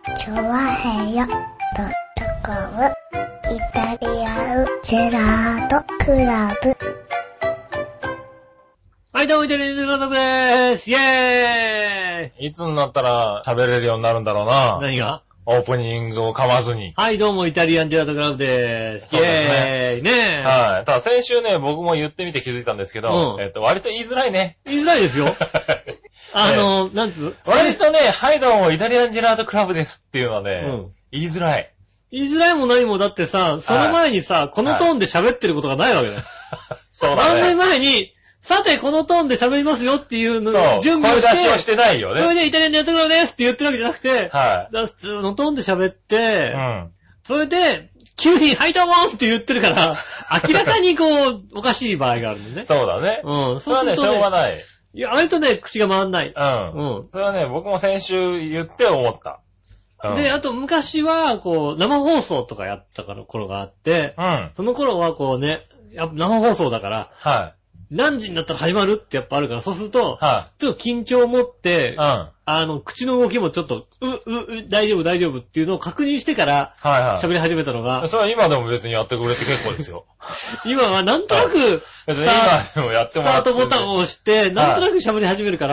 チョワヘヨ.com イタリアンジェラートクラブ。 はい、どうも、イタリアンジェラートクラブでーす。イェーイ。 いつになったら喋れるようになるんだろうな。 何が？ オープニングを噛まずに。 はい、どうも、イタリアンジェラートクラブでーす。 そうですね。 イェーイ。ねえ。 はい。ただ先週ね、僕も言ってみて気づいたんですけど、割と言いづらいね。 言いづらいですよ。なんつう割とね、はいどうも、イタリアンジェラートクラブですっていうのはね、言いづらい。 言いづらいも何もだってさ、その前にさ、このトーンで喋ってることがないわけだよ。 そうだね。 何年前に、さて、このトーンで喋りますよっていうのを準備をして、 声出しはしてないよね。 それでイタリアンジェラートクラブですって言ってるわけじゃなくて、 はい。 普通のトーンで喋って、 うん。 それで、急に、はいどうもって言ってるから、明らかにこう、おかしい場合があるんでね。 そうだね。 うん。 それはね、しょうがない。 いや、割とね、口が回んない。 うん。それはね、僕も先週言って思った。 で、あと昔は、こう、生放送とかやった頃があって、その頃はこうね、生放送だから、何時になったら始まるってやっぱあるから、そうすると、ちょっと緊張を持って、口の動きもちょっと、大丈夫大丈夫っていうのを確認してから、喋り始めたのが。 それは今でも別にやってくれて結構ですよ。 今はなんとなく、 別に今でもやってもらって。 スタートボタンを押して、なんとなく喋り始めるから、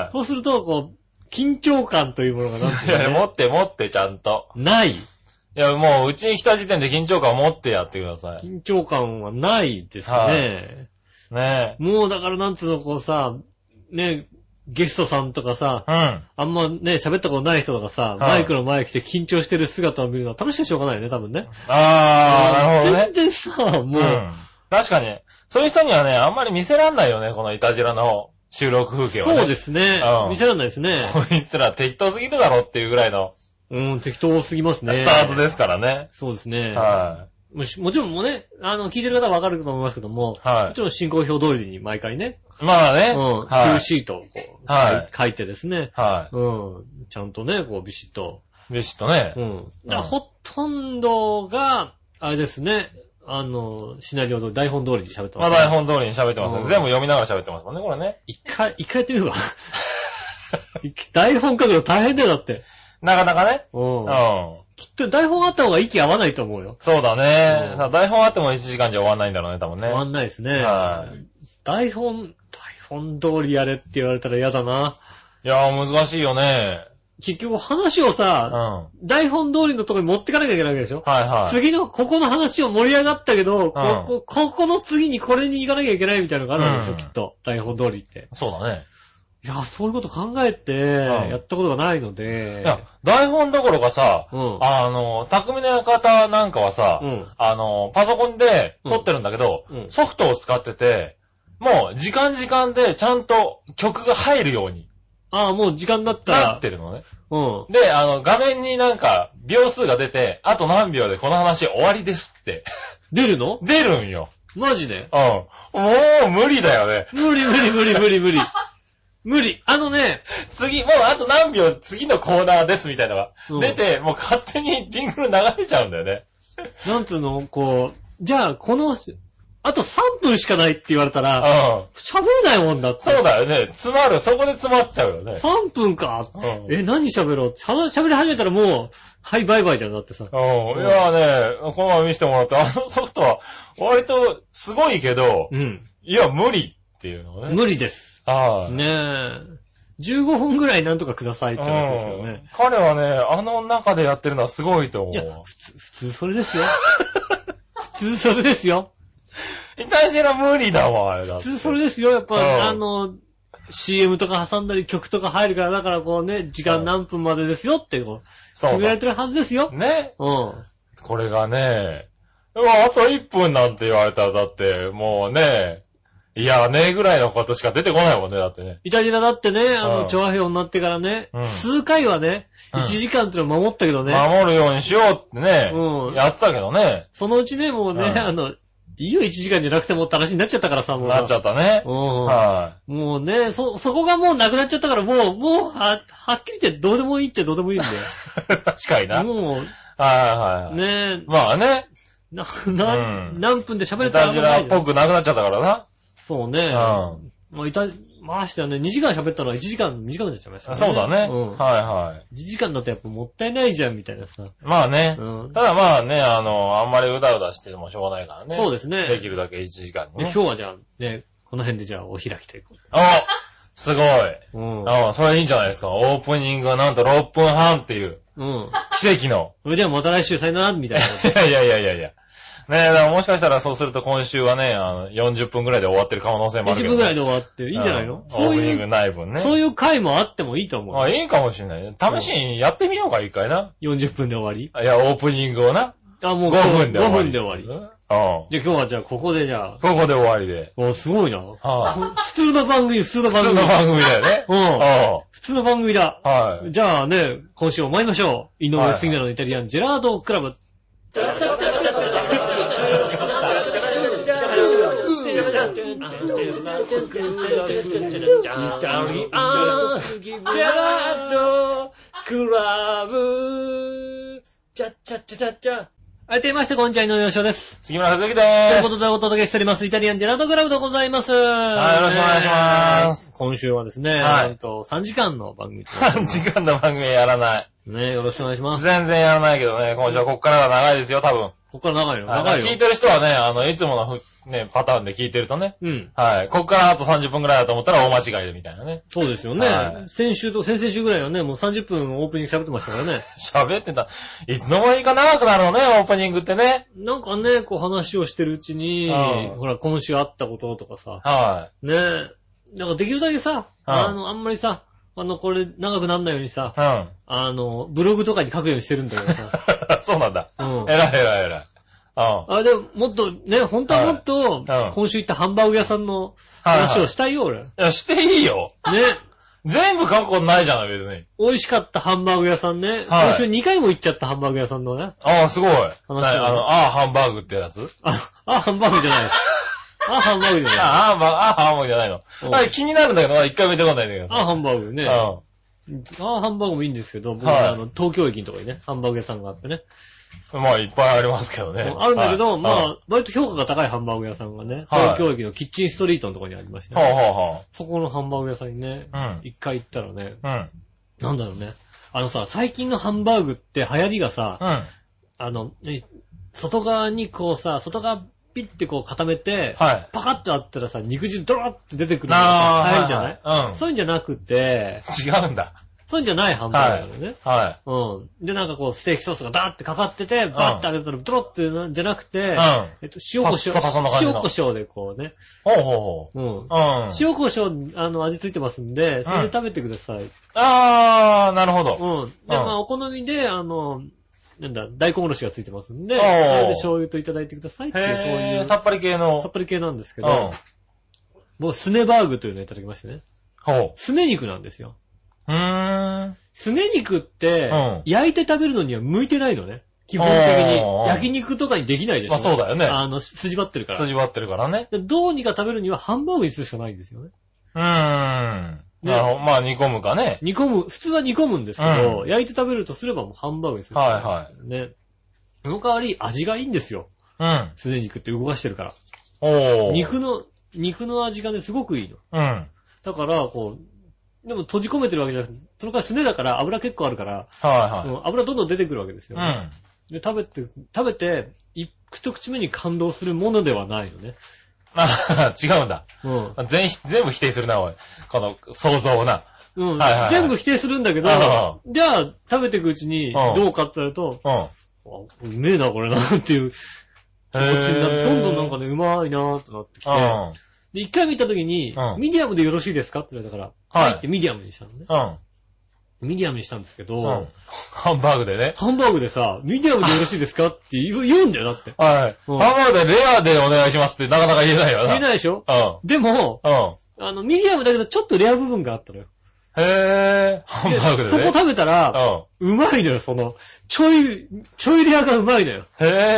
そうすると、こう、緊張感というものがなんていうの、ね、 いや、持って、ちゃんと。 ない。 いや、もう、うちに来た時点で緊張感を持ってやってください。 緊張感はないですね。 ねえ。 もうだからなんつうの、こうさ、ね、ゲストさんとかさ、あんまね、喋ったことない人とかさ、マイクの前来て緊張してる姿を見るのは楽しくしょうがないよね、多分ね。 なるほどね。 全然さ、もう、 確かに、そういう人にはね、あんまり見せらんないよね、このイタジラの収録風景はね。 そうですね。見せらんないですね。 こいつら適当すぎるだろっていうぐらいの。 適当すぎますね。 スタートですからね。 そうですね。もちろんもうね、聞いてる方はわかると思いますけども、もちろん進行表通りに毎回ね。 まあね。 Q シートをこう、書いてですね。ちゃんとね、こうビシッと。 ビシッとね。 ほとんどが、あれですね、シナリオ通り、台本通りに喋ってますね。 台本通りに喋ってますね。全部読みながら喋ってますもんね、これね。 一回やってみるか。台本書くの大変だよ、だって。 なかなかね。 きっと台本あった方が息合わないと思うよ。 そうだね。台本あっても1時間じゃ終わんないんだろうね、多分ね。 終わんないですね。台本通りやれって言われたら嫌だな。 いやー、難しいよね。 結局話をさ、台本通りのところに持ってかなきゃいけないわけでしょ。次の、ここの話を盛り上がったけど、ここの次にこれに行かなきゃいけないみたいなのがあるわけでしょ、きっと。台本通りって。 そうだね。 いや、そういうこと考えて、やったことがないので。 いや、台本どころかさ、匠の方なんかはさ、パソコンで撮ってるんだけど、ソフトを使ってて、もう時間でちゃんと曲が入るように。 もう時間だったら。 なってるのね。で、画面になんか秒数が出て、あと何秒でこの話終わりですって。 出るの？ 出るんよ。 マジで？ もう無理だよね。 無理。無理。 次、もうあと何秒次のコーナーですみたいなのが出て、もう勝手にジングル流れちゃうんだよね。 なんつうのこう、じゃああと3分しかないって言われたら、喋れないもんだって。 そうだよね。そこで詰まっちゃうよね。 3分か。何喋ろう。喋り始めたらもう、はい、バイバイじゃんだってさ。 いやね、この前見せてもらったソフトは、割とすごいけど、いや、無理っていうのね。 無理です。 ねえ。15分ぐらいなんとかくださいって話ですよね。 彼はね、中でやってるのはすごいと思う。 いや、普通それですよ。普通それですよ。 イタジラ無理だわ、あれだ。 普通それですよ。やっぱ、CM とか挟んだり曲とか入るから、だからこうね、時間何分までですよって、決められてるはずですよ。 ね。これがね、あと1分なんて言われたら、だって、もうね、いやねぐらいのことしか出てこないもんね、だってね。 イタジラだってね、調和表になってからね、数回はね、1時間ってのを守ったけどね。 守るようにしようってね、やってたけどね。 そのうちね、もうね、いいよ1時間じゃなくてもって話になっちゃったからさ、もう。 なっちゃったね。 もうね、そこがもうなくなっちゃったから、もう、はっきり言ってどうでもいいっちゃどうでもいいんだよ。 近いな。 もう、ねまあね。 何分で喋れたらイタジラっぽくなくなっちゃったからな。 そうね。 ましてはね、2時間喋ったのは1時間短くなっちゃいましたね。 そうだね。はいはい。 1時間だとやっぱもったいないじゃん、みたいなさ。 まあね。ただまあね、あんまりうだうだしてもしょうがないからね。 そうですね。 できるだけ1時間にね。 今日はじゃあね、この辺でじゃあお開きということで。 すごい。それいいんじゃないですか。オープニングはなんと6分半っていう。奇跡の。 それじゃあまた来週さよなら、みたいな。 いや。ねえ、だからもしかしたらそうすると今週はね、40分くらいで終わってる可能性もあるけど、ね。40分くらいで終わってる。いいんじゃないの？ オープニングない分ね。 そういう回もあってもいいと思う。 いいかもしれない。試しにやってみようか、一回な。 40分で終わり？ いや、オープニングをな。 もう5分で終わり。じゃあ今日はじゃあここでじゃあ。 ここで終わりで。 すごいな。普通の番組だよね。 普通の番組だ。 はい。 じゃあね、今週も参りましょう。井上杉村のイタリアンジェラートクラブ。改めまして、こんにちは、井上洋翔です。 杉村和之でーす。 ということでお届けしております、イタリアンジェラートクラブでございます。 はい、よろしくお願いします。 今週はですね、3時間の番組。 3時間の番組やらない。 ね、よろしくお願いします。 全然やらないけどね、今週はこっからが長いですよ、多分。 こっから長いよ。長いよ。 聞いてる人はね、いつものね、パターンで聞いてるとね。はい。こっからあと30分くらいだと思ったら大間違いでみたいなね。 そうですよね。先々週ぐらいはね、もう30分オープニング喋ってましたからね。 喋ってた。いつの間にか長くなるのね、オープニングってね。 なんかね、こう話をしてるうちに、ほら、今週あったこととかさ。 はい。 ねなんかできるだけさ、あんまりさ、これ長くなんないようにさ、ブログとかに書くようにしてるんだけどさ。 そうなんだ。偉い。 でも、もっと、ね、本当はもっと、今週行ったハンバーグ屋さんの話をしたいよ、俺。いや、していいよ。 ね。 全部書くことないじゃない、別に。 美味しかったハンバーグ屋さんね。今週2回も行っちゃったハンバーグ屋さんのね。 すごい。ハンバーグってやつ？ ハンバーグじゃない。ハンバーグじゃない。 ハンバーグじゃないの。気になるんだけど、一回見てこないんだけど。 ハンバーグね。ハンバーグもいいんですけど、僕東京駅のところにね、ハンバーグ屋さんがあってね。 まあ、いっぱいありますけどね。 あるんだけど、割と評価が高いハンバーグ屋さんがね、東京駅のキッチンストリートのところにありましてね。そこのハンバーグ屋さんにね、一回行ったらね、なんだろうね。最近のハンバーグって流行りがさ、外側にこうさ、外側ピッてこう固めて、パカッとあったらさ、肉汁ドロッって出てくるのが流行りじゃない？そういうんじゃなくて、 違うんだ。 そういうんじゃないハンバーグなのね。で、なんかこう、ステーキソースがダーってかかってて、バーってあげたらドロッってなんじゃなくて、塩コショウでこうね。塩コショウ、味ついてますんで、それで食べてください。 なるほど。 で、お好みで、大根おろしがついてますんで、それで醤油といただいてくださいっていう、そういう。 さっぱり系なんですけど、僕、スネバーグというのをいただきましてね。スネ肉なんですよ。スネ肉って、焼いて食べるのには向いてないのね。基本的に。焼肉とかにできないでしょ。 そうだよね。 筋張ってるから。 筋張ってるからね。 どうにか食べるにはハンバーグにするしかないんですよね。 まあ煮込むかね。 普通は煮込むんですけど、焼いて食べるとすればもうハンバーグにする。ね。その代わり味がいいんですよ。スネ肉って動かしてるから。肉の味がね、すごくいいの。だから、こう、でも閉じ込めてるわけじゃなくて、その代わりスネだから油結構あるから、油どんどん出てくるわけですよね。で、食べて、一口目に感動するものではないのね。 違うんだ。全部否定するな、おい。この想像をな。 全部否定するんだけど、じゃあ、食べていくうちに、どうかってなると、うめえな、これな、っていう気持ちになって、どんどんなんかね、うまいなーってなってきて、で、一回見たときに、ミディアムでよろしいですかって言われたから、はいってミディアムにしたのね。ミディアムにしたんですけど、 ハンバーグでね。 ハンバーグでさ、ミディアムでよろしいですかって言うんだよ、だって。 はい。ハンバーグでレアでお願いしますってなかなか言えないよな。 言えないでしょ？でも、ミディアムだけどちょっとレア部分があったのよ。 ハンバーグでね。 そこ食べたら、うまいのよ、ちょいレアがうまいのよ。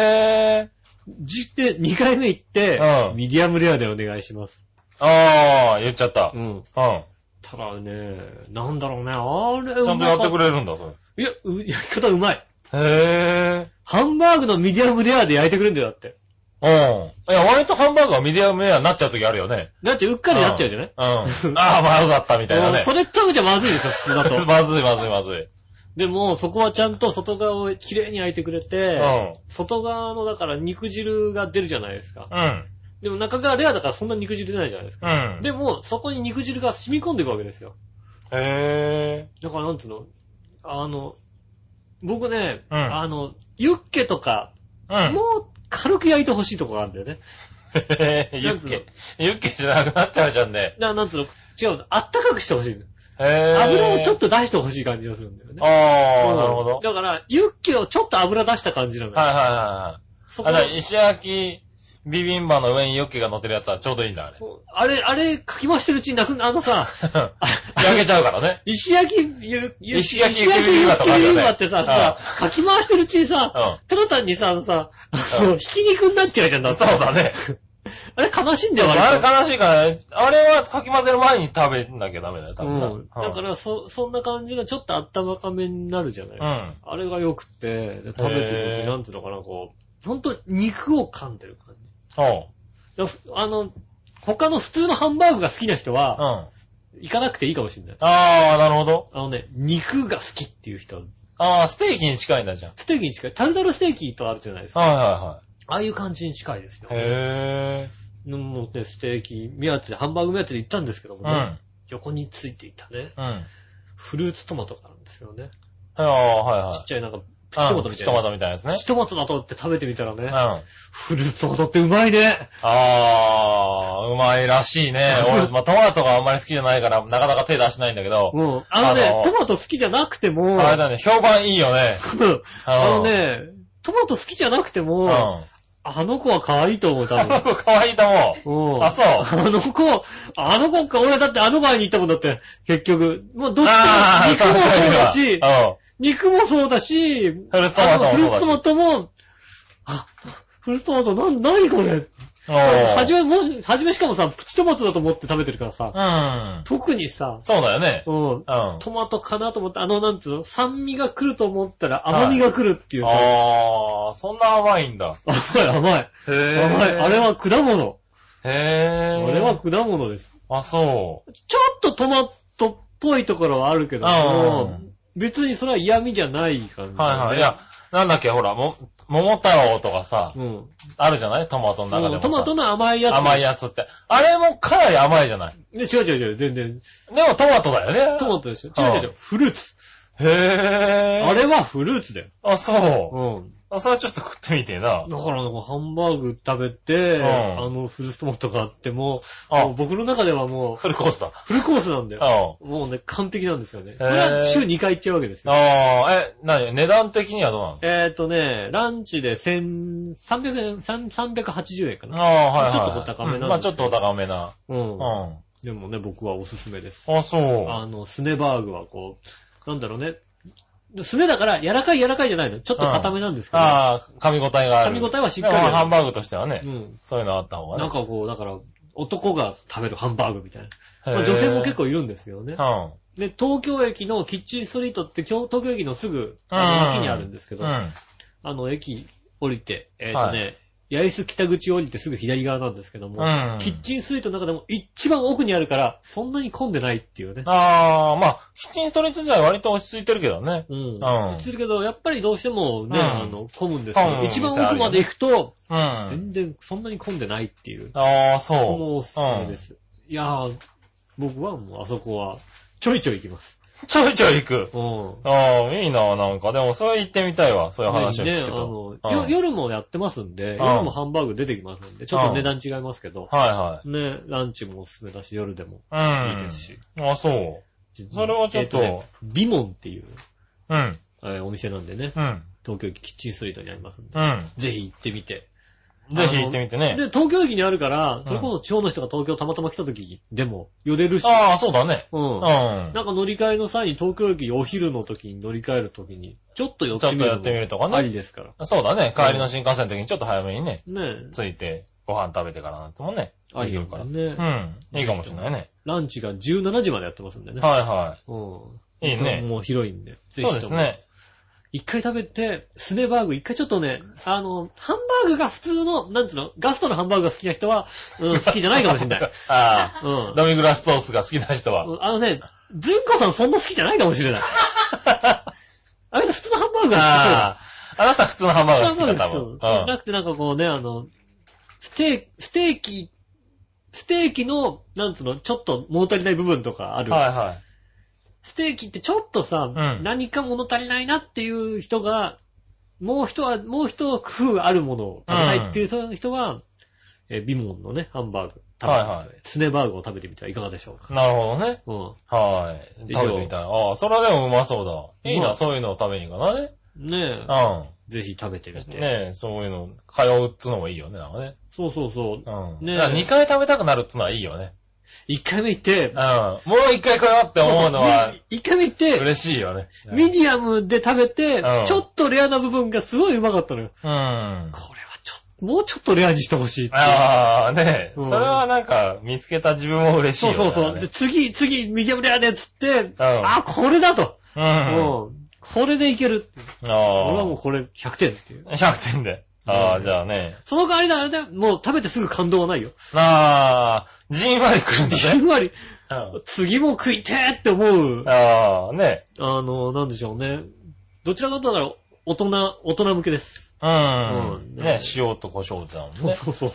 で、2回目行って、ミディアムレアでお願いします。 言っちゃった。 ただね、なんだろうね、 ちゃんとやってくれるんだ、それ。いや、焼き方うまい。ハンバーグのミディアムレアで焼いてくれるんだよ、だって。 うん。いや、割とハンバーグはミディアムレアになっちゃう時あるよね。 だってうっかりなっちゃうじゃない？ うん。ああ、まずかったみたいなね。 それ食べちゃまずいですよ、普通だと。 まずい。 でも、そこはちゃんと外側をきれいに焼いてくれて、外側のだから肉汁が出るじゃないですか。でも中がレアだからそんな肉汁出ないじゃないですか。でも、そこに肉汁が染み込んでいくわけですよ。 へだからなんていうの？僕ね、ユッケとか、もう軽く焼いてほしいとこがあるんだよね。 ユッケじゃなくなっちゃうじゃんね。 なんつうの、違う、あったかくしてほしい。油をちょっと出してほしい感じがするんだよね。 なるほど。 だから、ユッケをちょっと油出した感じなのよ。 はい。石焼きビビンバの上にユッケが乗ってるやつはちょうどいいんだ、 あれ。あれ、かき回してるうちに焼けちゃうからね。 石焼きユッケビビンバってさ、かき回してるうちにさ、ただ単にさ、ひき肉になっちゃうじゃんだ。 そうだね。 あれ悲しいんだよ、 あれ悲しいから、あれはかき混ぜる前に食べなきゃダメだよ、多分。 だから、そんな感じのちょっとあったまかめになるじゃない。あれが良くて、食べてるとき、なんていうのかな、ほんと肉を噛んでる感じ。他の普通のハンバーグが好きな人は、行かなくていいかもしれない。 なるほど。 肉が好きっていう人は。ステーキに近いんだじゃん。 ステーキに近い。タルタルステーキとあるじゃないですか。ああいう感じに近いですよ。もうね、ステーキ目当てで、ハンバーグ目当てで行ったんですけどもね。横についていたね。フルーツトマトがあるんですよね。ちっちゃいなんか、プチトマトみたいな。プチトマトみたいですね。プチトマトだとって食べてみたらね。フルーツトマトってうまいね。 うまいらしいね。俺、トマトがあんまり好きじゃないから、なかなか手出しないんだけど。 トマト好きじゃなくても。 あれだね、評判いいよね。 トマト好きじゃなくても、あの子は可愛いと思う、多分。 あの子可愛いと思う。そう。 あの子か、俺だってあの前に行ったもんだって、結局。もうどっちも、肉もそうだし、フルーツトマトも、フルーツトマト、何これ。はじめしかもさ、プチトマトだと思って食べてるからさ。特にさ。 そうだよね。 トマトかなと思って、なんていうの、酸味が来ると思ったら甘みが来るっていうさ。 そんな甘いんだ。 甘い。あれは果物。あれは果物です。 そう。 ちょっとトマトっぽいところはあるけども、別にそれは嫌味じゃない感じ。 いや、なんだっけ、ほら、桃太郎とかさ、あるじゃないトマトの中でも。 トマトの甘いやつ。 甘いやつって。あれもかなり甘いじゃない。 違う、全然。 でもトマトだよね。 トマトでしょ。違う、フルーツ。あれはフルーツだよ。 そう。それはちょっと食ってみてな。 だからハンバーグ食べて、フルーツトマトがあっても、僕の中ではもう、 フルコースだ。 フルコースなんだよ。もうね、完璧なんですよね。それは週2回行っちゃうわけですよ。 値段的にはどうなの？ランチで380円かな。ちょっとお高めな。 ちょっとお高めな。 でもね、僕はおすすめです。 そう。 スネバーグはなんだろうね。すねだから、柔らかいじゃないの。ちょっと固めなんですけど。 噛み応えがある。 噛み応えはしっかりある。 ハンバーグとしてはね。そういうのあった方がね。 なんかだから、男が食べるハンバーグみたいな。女性も結構いるんですよね。で、東京駅のキッチンストリートって東京駅のすぐ、脇にあるんですけど、駅降りて、八重洲北口降りてすぐ左側なんですけども、キッチンストリートの中でも一番奥にあるから、そんなに混んでないっていうね。 キッチンストリート自体は割と落ち着いてるけどね。 落ち着いてるけど、やっぱりどうしてもね、混むんですけど、一番奥まで行くと、全然そんなに混んでないっていう。 そう。 もうおすすめです。いやー、僕はもうあそこは、ちょいちょい行きます。 ちょいちょい行く。いいな、なんか。でも、それ行ってみたいわ。そういう話を聞くと。 夜もやってますんで、夜もハンバーグ出てきますんで、ちょっと値段違いますけど。ね、ランチもおすすめだし、夜でもいいですし。 そう。それはちょっと。 ビモンっていう、お店なんでね。東京駅キッチンストリートにありますんで。ぜひ行ってみて。 ぜひ行ってみてね。 で、東京駅にあるから、それこそ地方の人が東京たまたま来た時でも寄れるし。 そうだね。 なんか乗り換えの際に東京駅お昼の時に乗り換える時に、ちょっと寄ってみる。 ちょっとやってみるとかね。 ありですから。 そうだね。帰りの新幹線の時にちょっと早めにね。着いて、ご飯食べてからなんてもね。 ありからね。 いいかもしれないね。 ランチが17時までやってますんでね。 いいね。 もう広いんで。 そうですね。 一回食べて、スネバーグ、一回ちょっとね、ハンバーグが普通の、なんつうの、ガストのハンバーグが好きな人は、好きじゃないかもしれない。 ああ、ドミグラスソースが好きな人は。 ずんこさんそんな好きじゃないかもしれない。あれ普通のハンバーグが好きそうだ。 あの人は普通のハンバーグが好きだ、多分。 そう。なくてなんかこうね、ステーキの、なんつうの、ちょっと物足りない部分とかある。 はいはい。 ステーキってちょっとさ、何か物足りないなっていう人が、もう一工夫あるものを食べたいっていう人は、ビモンのね、ハンバーグ。はい。スネバーグを食べてみてはいかがでしょうか。 なるほどね。はい。食べてみたい。ああ、それはでもうまそうだ。いいな、そういうのを食べに行かなね。 ねえ。ぜひ食べてみて。 ねえ、そういうの、通うっつのもいいよね、なんかね。 そう。 ねえ。2回食べたくなるっつのはいいよね。 1回目行って、 もう1回来ようって思うのは、 1回目行って、 嬉しいよね。 ミディアムで食べて、ちょっとレアな部分がすごいうまかったのよ。これはもうちょっとレアにしてほしいって。 ああ、ねえ。それはなんか、見つけた自分も嬉しいよね。 そう。で、次、ミディアムレアでっつって、これだと。これでいける。俺はもうこれ100点っていう。 100点で。ああ、じゃあね。 その代わりだ、あれだよ。もう食べてすぐ感動はないよ。 ああ、じんわり来るんだね。 じんわり。次も食いてーって思う。 ああ、ね。 なんでしょうね。どちらかというと、大人向けです。 ね、塩と胡椒ってなのね。 そう。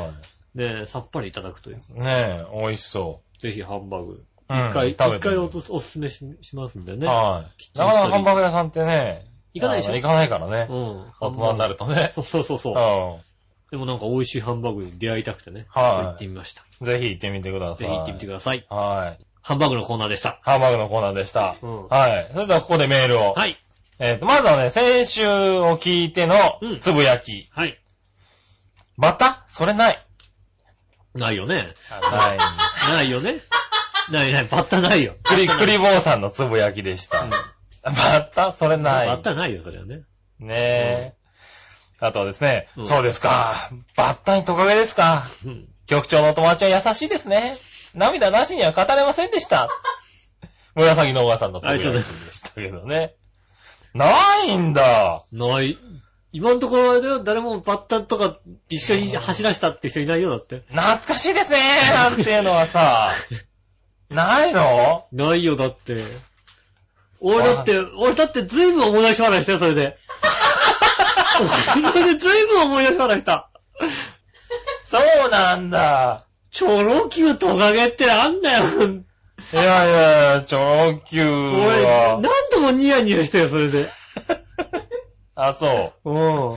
ねさっぱりいただくという。 ね美味しそう。 ぜひハンバーグ。一回おすすめしますんでね。 はい。なかなかハンバーグ屋さんってね、 行かないでしょ？ 行かないからね。大人になるとね。 そう。でもなんか美味しいハンバーグに出会いたくてね。行ってみました。 ぜひ行ってみてください。 ぜひ行ってみてください。 はい。 ハンバーグのコーナーでした。 ハンバーグのコーナーでした。はい。それではここでメールを。 はい。 まずはね、先週を聞いてのつぶやき。 はい。 バタ？それない。 ないよね。 ないよね。ない。バッタないよ。 クリボーさんのつぶやきでした。バッタ？それない。 バッタないよ、それはね。 ねえ。あとはですね、そうですか。バッタにトカゲですか。局長のお友達は優しいですね。涙なしには語れませんでした。紫のおばさんのつぶやきでしたけどね。ないんだ。 ない。今のところあれだよ、誰もバッタとか一緒に走らしたって人いないよ、だって。 懐かしいですねなんていうのはさ、ないの？ ないよ、だって。俺だってずいぶん思い出し笑いしたよ、それで。それでずいぶん思い出し笑いした。 そうなんだ。 チョロ Q トカゲってなんだよ。 いや、チョロ Q は。 俺、何度もニヤニヤしたよ、それで。 あ、そう。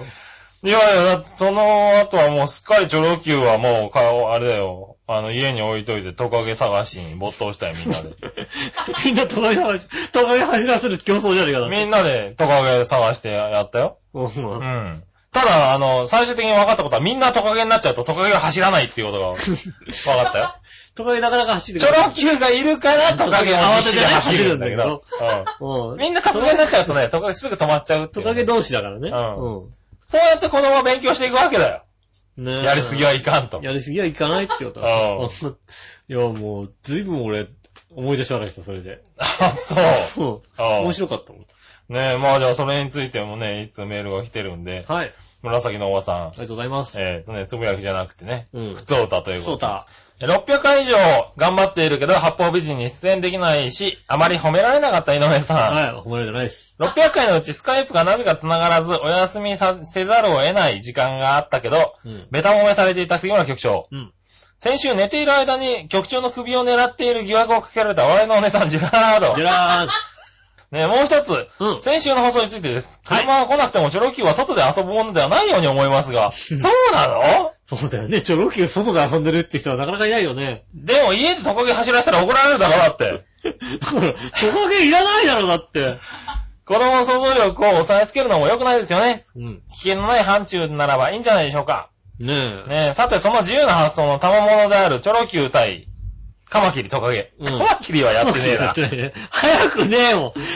いや、だってその後はもうすっかりチョロ Q はもう、あれだよ。家に置いといてトカゲ探しに没頭したよ、みんなで。 みんなトカゲ走らせる競争じゃねえかな。 みんなでトカゲ探してやったよ。ただ、最終的に分かったことはみんなトカゲになっちゃうとトカゲが走らないっていうことが分かったよ。 トカゲなかなか走る。 チョロ Q がいるからトカゲは必死で走るんだけど。みんなトカゲになっちゃうとね、トカゲすぐ止まっちゃうっていう。 トカゲ同士だからね。 そうやって子供は勉強していくわけだよ。ね、やりすぎはいかんと。 やりすぎはいかないってことだ。いや、もう、ずいぶん俺、思い出し笑いした、それで。 あ、そう。 面白かったもん。 ねえ、まあじゃあそれについてもね、いつメールが来てるんで。 はい。 紫のおばさん。 ありがとうございます。 つぶやきじゃなくてね。普通歌ということで。 普通歌。 600回以上頑張っているけど、八方美人に出演できないし、あまり褒められなかった井上さん。 はい、褒められてないです。 600回のうちスカイプがなぜか繋がらず、お休みせざるを得ない時間があったけど、ベタ褒めされていた杉村局長。先週寝ている間に局長の首を狙っている疑惑をかけられた我々のお姉さん、ジェラード。 ジェラード。 ね、もう一つ、先週の放送についてです。車が来なくてもチョロ Q は外で遊ぶものではないように思いますが、そうなの？ そうだよね。チョロ Q 外で遊んでるって人はなかなかいないよね。 でも家でトカゲ走らせたら怒られるだろ、だって。 トカゲいらないだろ、だって。 子供の想像力を抑えつけるのも良くないですよね。危険のない範疇ならばいいんじゃないでしょうか。 ねえ。さて、その自由な発想の賜物であるチョロ Q 対、カマキリトカゲ。カマキリはやってねえな。 早くねえもん。カマ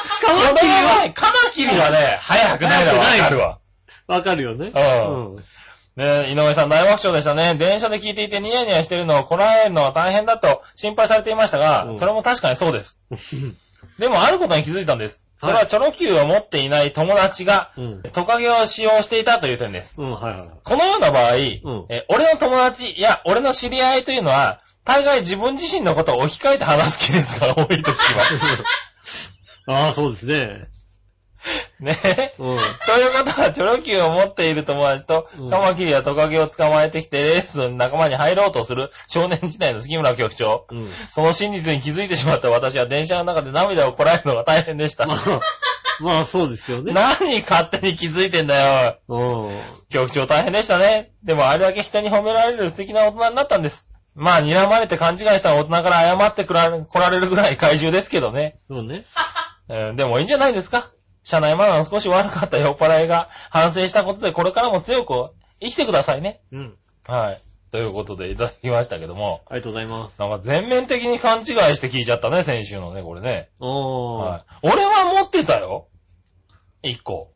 キリはね、早くないのはわかるわ。 わかるよね。 ね、井上さん大爆笑でしたね。電車で聞いていてニヤニヤしてるのをこらえるのは大変だと心配されていましたが、それも確かにそうです。でもあることに気づいたんです。 それはチョロ Q を持っていない友達が、トカゲを使用していたという点です。 はいはい。 このような場合、俺の友達や俺の知り合いというのは、大概自分自身のことを置き換えて話すケースが多いと聞きます。 ああ、そうですね。 ねえ。ということは、チョロ Q を持っている友達と、カマキリやトカゲを捕まえてきて、レースの仲間に入ろうとする少年時代の杉村局長。その真実に気づいてしまった私は電車の中で涙をこらえるのが大変でした。 まあそうですよね。 何勝手に気づいてんだよ。局長大変でしたね。でもあれだけ人に褒められる素敵な大人になったんです。まあ、睨まれて勘違いした大人から謝って来られるぐらい怪獣ですけどね。 そうね。 でもいいんじゃないですか。車内マナーの少し悪かった酔っ払いが反省したことでこれからも強く生きてくださいね。はい。ということでいただきましたけども。 ありがとうございます。 なんか全面的に勘違いして聞いちゃったね、先週のね、これね。はい。俺は持ってたよ。1個。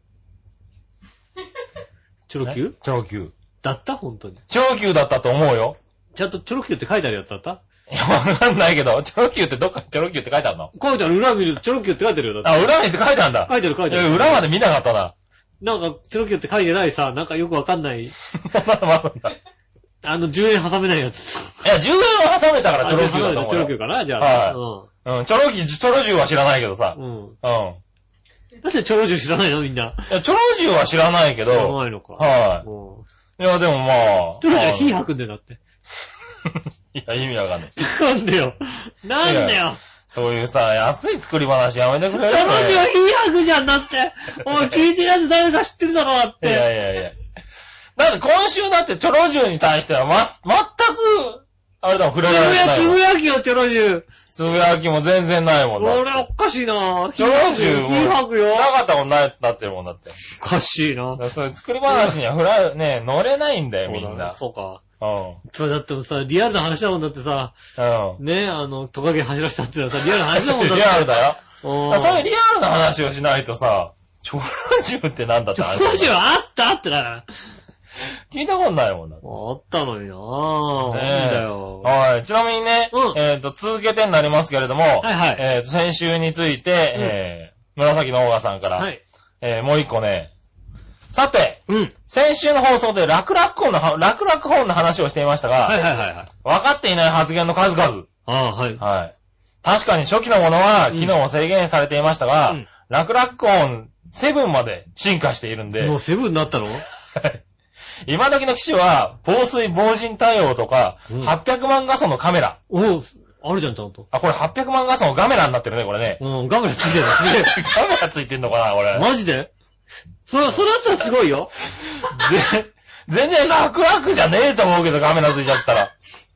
チョロ Q？ チョロ Q。 だった本当に。 チョロ Q だったと思うよ。 ちゃんとチョロ Q って書いてあるやつだった？ いや、わかんないけど、チョロ Q ってどっかチョロ Q って書いてあるの？ 書いてある。裏見るとチョロ Q って書いてあるよ。だって。 裏見て書いてあるんだ。 書いてある。 裏まで見なかったな。 なんか、チョロ Q って書いてないさ、なんかよくわかんない。10円挟めないやつ。 いや、10円を挟めたからチョロ Q だと思う。 チョロ Q かなじゃあ。 はい。チョロ 10は知らないけどさ。 なんでチョロ10知らないのみんな。 いや、チョロ10は知らないけど。 知らないのか。 はい。いや、でもまあ。 チョロ10火吐くんだよ、だって。 いや、意味わかんない。 なんだよ。なんだよ。 そういうさ、安い作り話やめてくれる？ チョロ10火吐くじゃんだって。おい、聞いてるやつ誰か知ってるだろ、だって。 いや。だって今週だってチョロ10に対しては全く、あれだもん、触れられてない。 つぶやきよ、チョロ10。 つぶやきも全然ないもんだ。 俺おかしいなチョロ10 火吐くよ。 なかったことないなってるもんだって。 おかしいな。 そういう作り話には乗れないんだよ、みんな。 そうか。それだってさ、リアルな話だもんだってさ。ね、トカゲ走らせたってのはさ、リアルな話だもんだって。 リアルだよ。そういうリアルな話をしないとさ、チョロ10ってなんだったチョロ10あったってだから。 聞いたことないもんだ。 あったのになぁ。なんだよ。 はい。ちなみにね、続けてになりますけれども、先週について、紫のオーガさんから、もう一個ね、さて、先週の放送で楽々本の話をしていましたが、分かっていない発言の数々。確かに初期のものは機能を制限されていましたが、楽々本7まで進化しているんで。 もう7になったの？ 今時の機種は、防水防塵対応とか、800万画素のカメラ。 あるじゃん、ちゃんと。 これ800万画素のガメラになってるね、これね。 ガメラついてるんですね。 ガメラついてんのかな、これ。 マジで？それだったらすごいよ。 全然楽々じゃねえと思うけど、ガメラついちゃったら。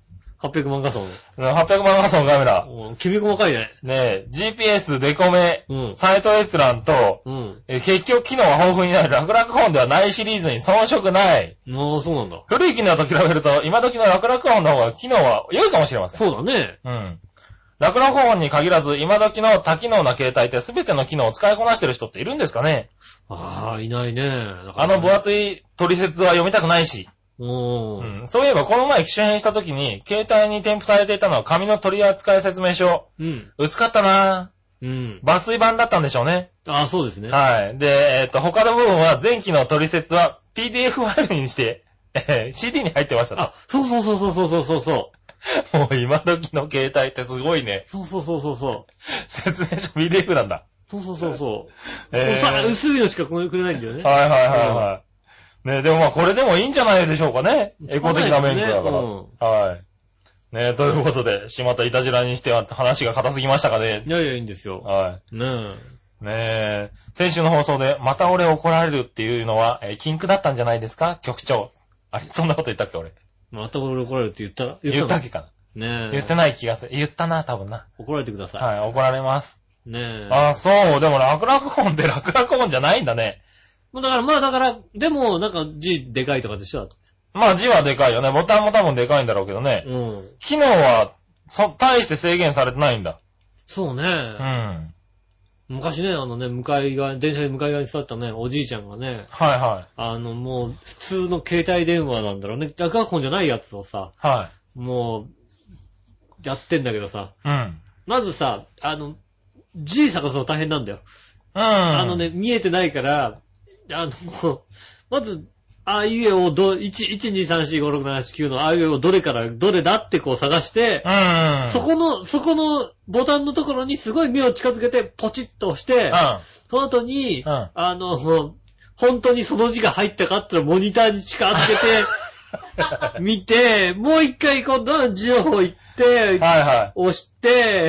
800万画素。 800万画素のカメラ。 きめ細かいね。 ねえ、GPS、デコメ、サイト閲覧と、結局機能は豊富になる楽々本ではないシリーズに遜色ない。 そうなんだ。 古い機能と比べると、今時の楽々本の方が機能は良いかもしれません。 そうだね。 楽々本に限らず、今時の多機能な携帯って全ての機能を使いこなしてる人っているんですかね？ いないね。 分厚い取説は読みたくないし。そういえばこの前機種変した時に、携帯に添付されていたのは紙の取扱説明書。薄かったなぁ。抜粋版だったんでしょうね。 そうですね。 はい。で、他の部分は前期の取説は PDF ファイルにして、CD に入ってました。 そう。 もう今時の携帯ってすごいね。 そう。 説明書 PDF なんだ。 そう。薄いのしかくれないんだよね。 はい。ねでもこれでもいいんじゃないでしょうかね。エコ的な免許だから。はい。ねということで、しまったいたじらにしては話が硬すぎましたかね。 いや、いいんですよ。 はい。ね先週の放送で、また俺怒られるっていうのは、禁句だったんじゃないですか局長。あれ、そんなこと言ったっけ俺。 また俺怒られるって言ったっけかな。言ってない気がする。言ったな、多分な。 怒られてください。 はい、怒られます。そう。でも楽々本って楽々本じゃないんだね。 だから、でも、なんか字でかいとかでしょ？ 字はでかいよね。ボタンも多分でかいんだろうけどね。機能は、大して制限されてないんだ。 そうね。昔ね、電車で向かい側に座ったね、おじいちゃんがね。もう、普通の携帯電話なんだろうね。楽々本じゃないやつをさ。もう、やってんだけどさ。まずさ、字探すの大変なんだよ。 見えてないから、まず、あいうえを1、2、3、4、5、6、7、8、9のあいうえをどれだってこう探して、そこのボタンのところにすごい目を近づけてポチッと押して、その後に、本当にその字が入ったかってモニターに近づけて、見て、もう一回今度は字の方行って、押して、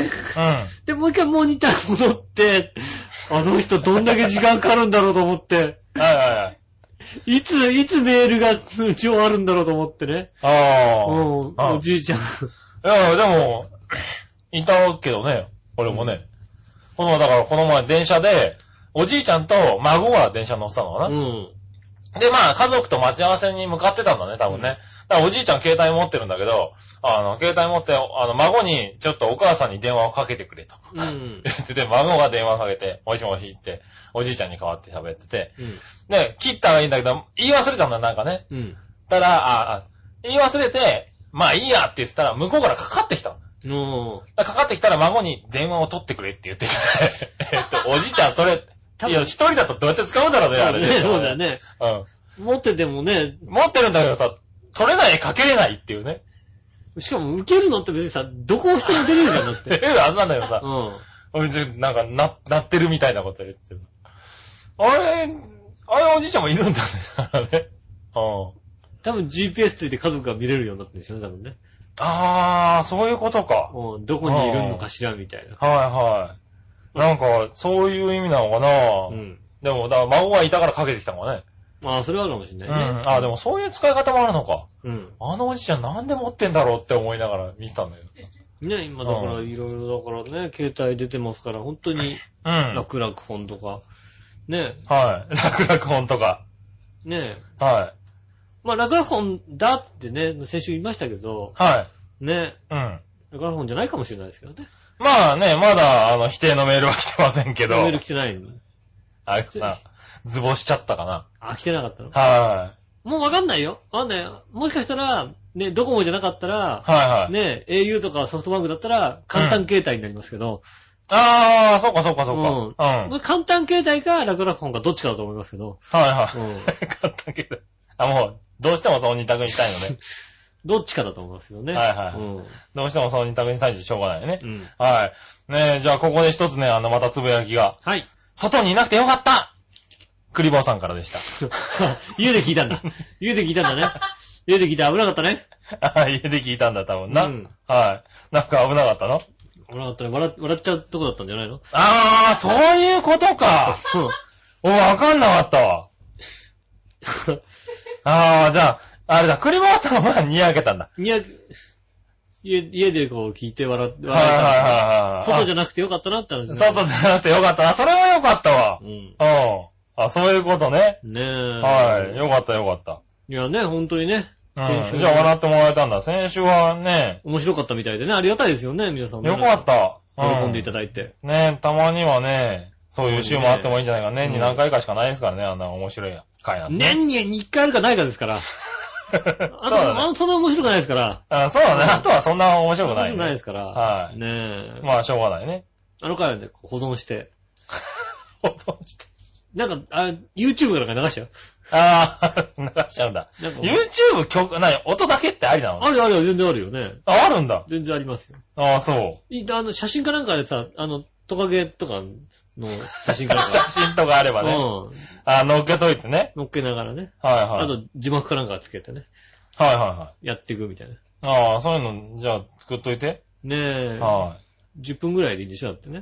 で、もう一回モニター戻って、あの人どんだけ時間かかるんだろうと思って、いつメールが通知終わるんだろうと思ってね。おじいちゃん。いや、でも、いたけどね、俺もね。だからこの前電車で、おじいちゃんと孫が電車に乗ってたのかな。で、まあ、家族と待ち合わせに向かってたんだね、多分ね。だからおじいちゃん携帯持ってるんだけど、携帯持って、孫にちょっとお母さんに電話をかけてくれと。で、孫が電話かけて、もしもしって、おじいちゃんに代わって喋ってて。で、切ったらいいんだけど、言い忘れたんだ、なんかね。たら、言い忘れて、まあいいやって言ってたら、向こうからかかってきたの。かかってきたら孫に電話を取ってくれって言ってて。おじいちゃんそれ、いや、一人だとどうやって使うんだろうね、あれね。 そうだよね。持っててもね。 持ってるんだけどさ、取れない、かけれないっていうね。 しかも受けるのって別にさ、どこ押しても出れるじゃんだって。 出れるはずなんだけどさ。なんか、なってるみたいなこと言ってる。あれおじいちゃんもいるんだね。 多分 GPS ついて家族が見れるようになってるんですよね、多分ね。 そういうことか。 どこにいるのかしらみたいな。 なんか、そういう意味なのかな。でも、だから孫がいたからかけてきたのかね。 それはあるかもしれないね。 でもそういう使い方もあるのか。あのおじちゃんなんで持ってんだろうって思いながら見てたんだよ。 ね、今だからいろいろだからね、携帯出てますから、本当に、楽々本とか、ね。 楽々本とか。 ね。まあ、楽々本だってね、先週言いましたけど、ね。楽々本じゃないかもしれないですけどね。 まあね、まだ、否定のメールは来てませんけど。 メール来てないの。 あれかな。ズボしちゃったかな。 来てなかったの。もうわかんないよ。もしかしたら、ね、ドコモじゃなかったら、ね、au とかソフトバンクだったら、簡単携帯になりますけど。 そうか。 簡単携帯か楽々本かどっちかだと思いますけど。 簡単携帯。もう、どうしてもその二択にしたいのね。 どっちかだと思いますよね。 どうしてもその二択にしたいとしょうがないよね。ねじゃあここで一つね、またつぶやきが。外にいなくてよかったクリボーさんからでした。 家で聞いたんだ。家で聞いたんだね。家で聞いて危なかったね。 家で聞いたんだ、多分な。なんか危なかったの危なかったね。笑っちゃうとこだったんじゃないの？ そういうことか。わかんなかったわ。じゃあ、あれだ、クリボーさんはにやけたんだ。 家でこう聞いて笑った。外じゃなくてよかったなって話。 外じゃなくてよかったな。それはよかったわ。そういうことね。 ねえ。 よかった。 いやね、本当にね。 じゃあ笑ってもらえたんだ。先週はね。 面白かったみたいでね。ありがたいですよね、皆さんね。 よかった。 喜んでいただいて。 ねたまにはね、そういう週もあってもいいんじゃないか。年に何回かしかないですからね、あんな面白い回なんて。 年に1回あるかないかですから。そんな面白くないですから。 そうだね。あとはそんな面白くない。 面白くないですから。ねえ。まあ、しょうがないね。 あの回はね、保存して。 保存して。 なんか、YouTube から流しちゃう？ 流しちゃうんだ。YouTube 音だけってありなの？ ある、全然あるよね。 あるんだ。 全然ありますよ。 そう。 写真かなんかでさ、トカゲとかの写真か写真とかあればね。乗っけといてね。 乗っけながらね。あと、字幕かなんかつけてね。やっていくみたいな。そういうの、じゃあ、作っといて。 ねえ。10分ぐらいでいいんでしょだってね。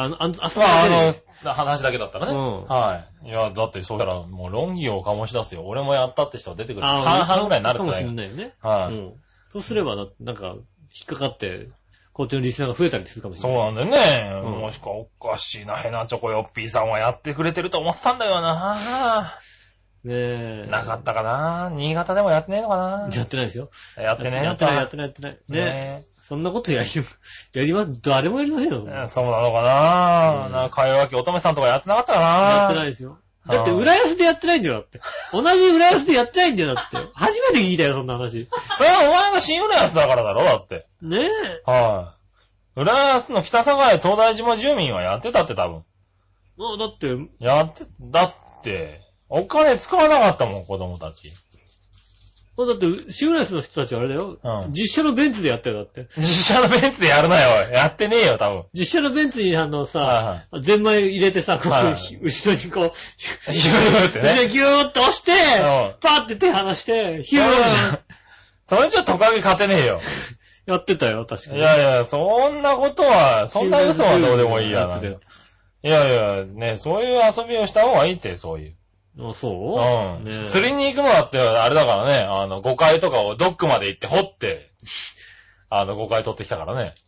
話だけだったらね。いや、だってそうしたらもう論議を醸し出すよ。俺もやったって人は出てくる。半々ぐらいになるかもしれないよね。そうすれば、なんか、引っかかって、こっちのリスナーが増えたりするかもしれない。 そうなんだよね。もしくはおかしいな、ヘナチョコヨッピーさんはやってくれてると思ってたんだよな。 ねえ。 なかったかな。新潟でもやってねえのかな。 やってないですよ。 やってねえ。 やってない。ねえ。そんなことやります。誰もやりませんよ。 そうなのかな。かよわき乙女さんとかやってなかったかな。 やってないですよ。だって、浦安でやってないんだよ、だって。同じ浦安でやってないんだよ、だって。初めて聞いたよ、そんな話。 それはお前が新浦安だからだろ、だって。 ねえ。 浦安の北境東大島住民はやってたって多分。 だって、 だって、お金使わなかったもん、子供たち。 だって、シグラスの人たちはあれだよ。実写のベンツでやったよ、だって。 実写のベンツでやるなよ。やってねえよ、多分。 実写のベンツにゼンマイ入れてさ、後ろにこう、ギューってね。ギューって押して、パーって手離して、ヒューそれじゃトカゲ勝てねえよ。 やってたよ、確かに。 いやいや、そんなことは、そんな嘘はどうでもいいやな。いやいや、ね、そういう遊びをした方がいいって、そういう。 そう？ ね、釣りに行くのだって、あれだからね、誤解とかをドックまで行って掘って、誤解取ってきたからね。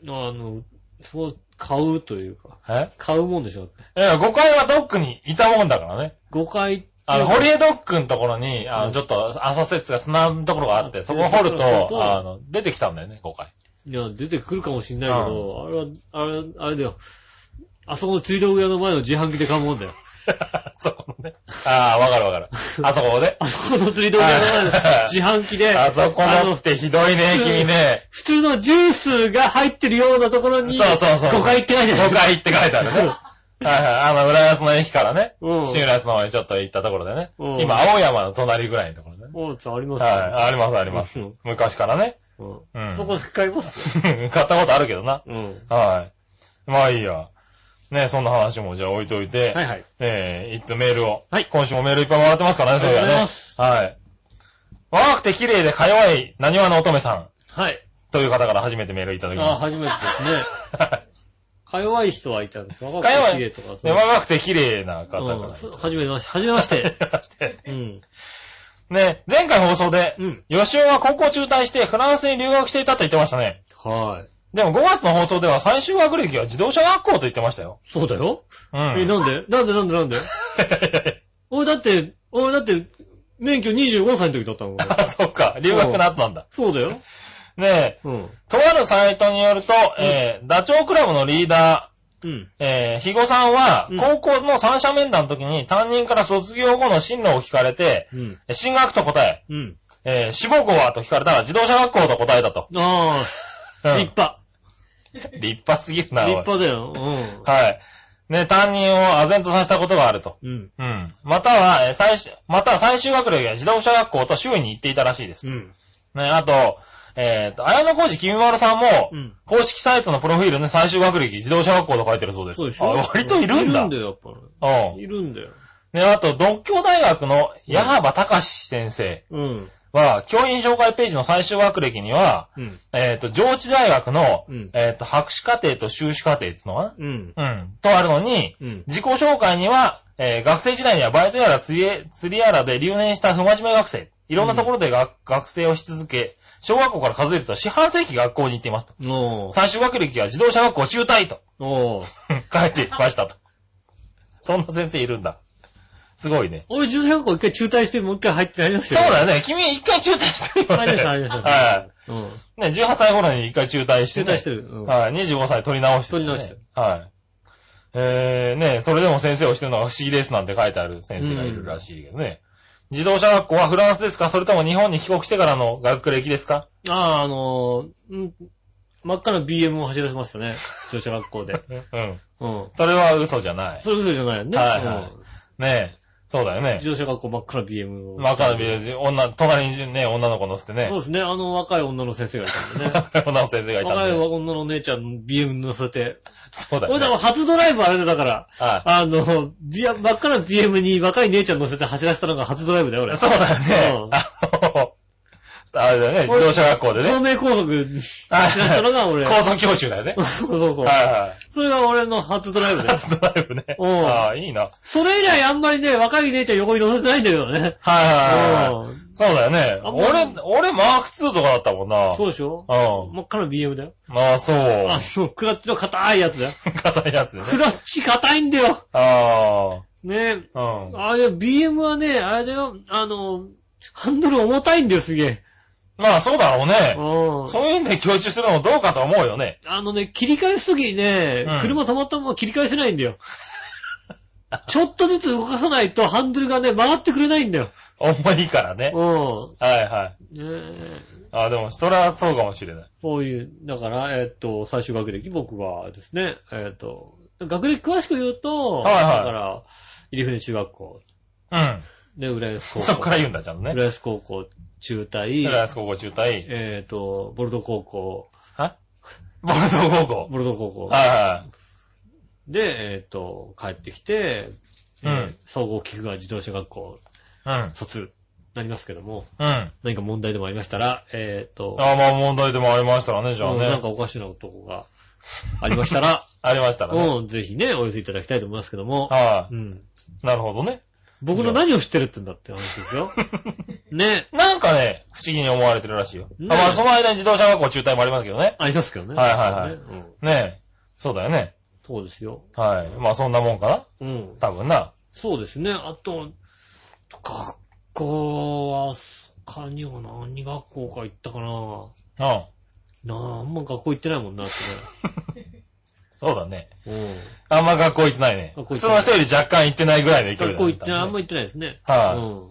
買うというか。買うもんでしょ。 いや、誤解はドックにいたもんだからね。 誤解堀江ドックのところに、ちょっと浅瀬が砂のところがあって、そこを掘ると、出てきたんだよね、誤解。 いや、出てくるかもしんないけど、あれだよ。あそこの釣り道具屋の前の自販機で買うもんだよ。 そこのね。わかる。あそこで。 あそこの釣り道具屋の前の自販機で。 あそこのってひどいね、君ね。 普通のジュースが入ってるようなところに、 そう。 誤解って書いてある。 誤解って書いてあるね。浦安の駅からね。新浦安の方にちょっと行ったところでね。今、青山の隣ぐらいのところでね。 ありますね。 あります。昔からね。 そこで買います買ったことあるけどな。はい。まあいいや。ね、そんな話もじゃあ置いといて。 はい。 いつメールを。はい。今週もメールいっぱいもらってますからね、 そういうのね。ありがとうございます。 はい。若くて綺麗でか弱いなにわの乙女さん。 はい。 という方から初めてメールいただきました。 初めてですね。はい。か弱い人はいたんですか？ か弱い。綺麗とか。若くて綺麗な方から。 はじめまして。 ね、前回放送で、吉尾は高校中退してフランスに留学していたと言ってましたね。 はい。 でも5月の放送では最終学歴は自動車学校と言ってましたよ。 そうだよ。なんで俺だって、免許25歳の時だったの。 そっか。留学なったんだ。 そうだよ。 ねえ。とあるサイトによると、ダチョウ倶楽部のリーダー、肥後さんは、高校の三者面談の時に担任から卒業後の進路を聞かれて、進学と答え、志望校はと聞かれたら自動車学校と答えたと。 立派。 立派すぎるな。 立派だよ。 はい。ね、担任を唖然とさせたことがあると。または最終学歴は自動車学校と周囲に言っていたらしいです。ね、あと、綾野浩二君丸さんも、公式サイトのプロフィールに最終学歴自動車学校と書いてるそうです。そうでしょ？割といるんだ。 いるんだよ、やっぱり。いるんだよ。 ね、あと、独協大学の矢幅隆先生は、教員紹介ページの最終学歴には、上智大学の、博士課程と修士課程っていうのはとあるのに、自己紹介には、学生時代にはバイトやら釣りやらで留年した不真面目学生。いろんなところで学生をし続け、小学校から数えると四半世紀学校に行っていますと。最終学歴は自動車学校中退と。書いていましたと。そんな先生いるんだ。すごいね。 俺自動車学校一回中退してもう一回入ってやりましたよ。 そうだよね。君一回中退してるよね。 ありました。 はい。ね、18歳頃に一回中退して。 中退してる。 はい。25歳取り直して。はい。ね、それでも先生をしてるのが不思議ですなんて書いてある先生がいるらしいけどね。自動車学校はフランスですか？それとも日本に帰国してからの学歴ですか？ 真っ赤な BM を走らせましたね。自動車学校で。 それは嘘じゃない。 それ嘘じゃないよね。 はい。ねえ。そうだよね。 自動車学校真っ赤な BM を。 真っ赤な BM、隣にね、女の子乗せてね。 そうですね。若い女の先生がいたんでね。 若い女の先生がいたんで。 若い女の姉ちゃん BM 乗せて。 そうだよね。 俺だから初ドライブあれだから。真っ赤な BM に若い姉ちゃん乗せて走らせたのが初ドライブだよ、俺。 そうだよね。あれだよね、自動車学校でね。 東名高速走らせたのが俺。 高速教習だよね。 そう。はいはい。それが俺の初ドライブだよ。 初ドライブね。ああ、いいな。 それ以来あんまりね、若い姉ちゃん横に乗せてないんだけどね。 はい。そうだよね。俺マーク2とかだったもんな。 そうでしょ？真っ赤な BM だよ。 ああ、そう。 クラッチの硬いやつだよ。 硬いやつね。 クラッチ硬いんだよ。 ああ。 ねえ。BM はね、あれだよ、ハンドル重たいんだよ、すげえ。 まあそうだろうね。そういうんで強調するのもどうかと思うよね。 切り返すときにね、車止まったまま切り返せないんだよ。ちょっとずつ動かさないとハンドルがね、曲がってくれないんだよ。 重いからね。はいはい。でも、それはそうかもしれない。 そういう、だから、最終学歴、僕はですね、 学歴詳しく言うと、 はいはい。 だから、入船中学校。 うん。 で、浦安高校。 そっから言うんだ、ちゃんとね。 浦安高校中退。 浦安高校中退。 ボルト高校。 ボルト高校。 ボルト高校。 はいはい。 で、帰ってきて、総合菊川自動車学校。卒。なりますけども。何か問題でもありましたら、 まあ問題でもありましたらね、じゃあね。 なんかおかしなとこがありましたら。 ありましたらね。 ぜひね、お寄せいただきたいと思いますけども。 はい。なるほどね。 僕の何を知ってるってんだって話ですよ。ね。 なんかね、不思議に思われてるらしいよ。まあその間に自動車学校中退もありますけどね。 ありますけどね。 はいはいはい。ねえ。そうだよね。 そうですよ。 はい。まあそんなもんかな。多分な。 そうですね。あと、学校は、他には何学校か行ったかな。あんま学校行ってないもんなってね。 そうだね。あんま学校行ってないね。普通の人より若干行ってないぐらいの勢いだね。 学校行ってない、あんま行ってないですね。 はい。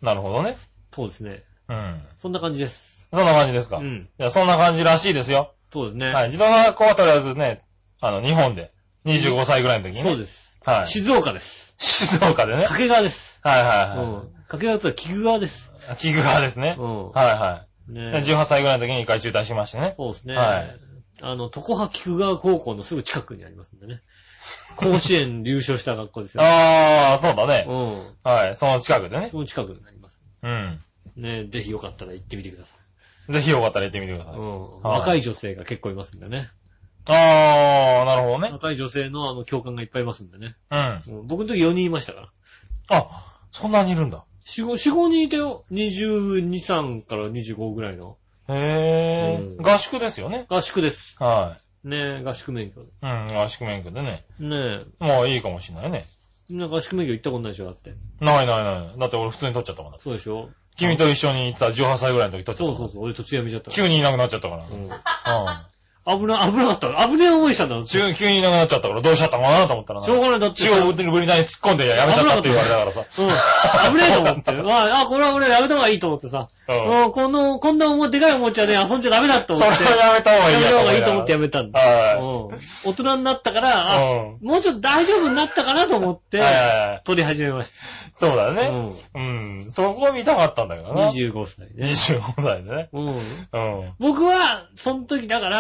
なるほどね。 そうですね。そんな感じです。 そんな感じですか。いや、そんな感じらしいですよ。 そうですね。 はい。自動車学校はとりあえずね、日本で25歳ぐらいの時にね。 そうです。 はい。 静岡です。 静岡でね。 掛川です。 はいはいはい。 掛川とは菊川です。 菊川ですね。はいはい。ね、18歳ぐらいの時に一回中退しましてね。 そうですね。はい。常葉菊川高校のすぐ近くにありますんでね。甲子園優勝した学校ですよ。 ああ、そうだね。はい。その近くでね。 その近くになります。ね、ぜひよかったら行ってみてください。 ぜひよかったら行ってみてください。 若い女性が結構いますんでね。 ああ、なるほどね。 若い女性の教官がいっぱいいますんでね。僕の時4人いましたから。 あ、そんなにいるんだ。 4、5人いたよ。22、3から25ぐらいの。 へぇ合宿ですよね。 合宿です。 はい。 ねえ、合宿免許。 合宿免許でね。 ねえ。まあいいかもしんないね。 合宿免許行ったことないでしょ、だって。 ない。だって俺普通に取っちゃったから。 そうでしょ。 君と一緒にさ、18歳ぐらいの時取っちゃった。 そう。俺途中やめちゃった。 急にいなくなっちゃったから。 危なかった。危ねえ思いしたんだ。 急にいなくなっちゃったからどうしちゃったのかなと思ったらな。 しょうがない。だって。 血をぶり台に突っ込んでやめちゃったって言われたからさ。 危ねえと思って。これは俺やめた方がいいと思ってさ。こんなでかいおもちゃで遊んじゃダメだって思って。 それはやめた方がいい。 やめた方がいいと思ってやめたんだ。大人になったから、もうちょっと大丈夫になったかなと思って、撮り始めました。 そうだね。そこを見たかったんだけどな。 25歳ね。 25歳でね。 僕は、その時だから、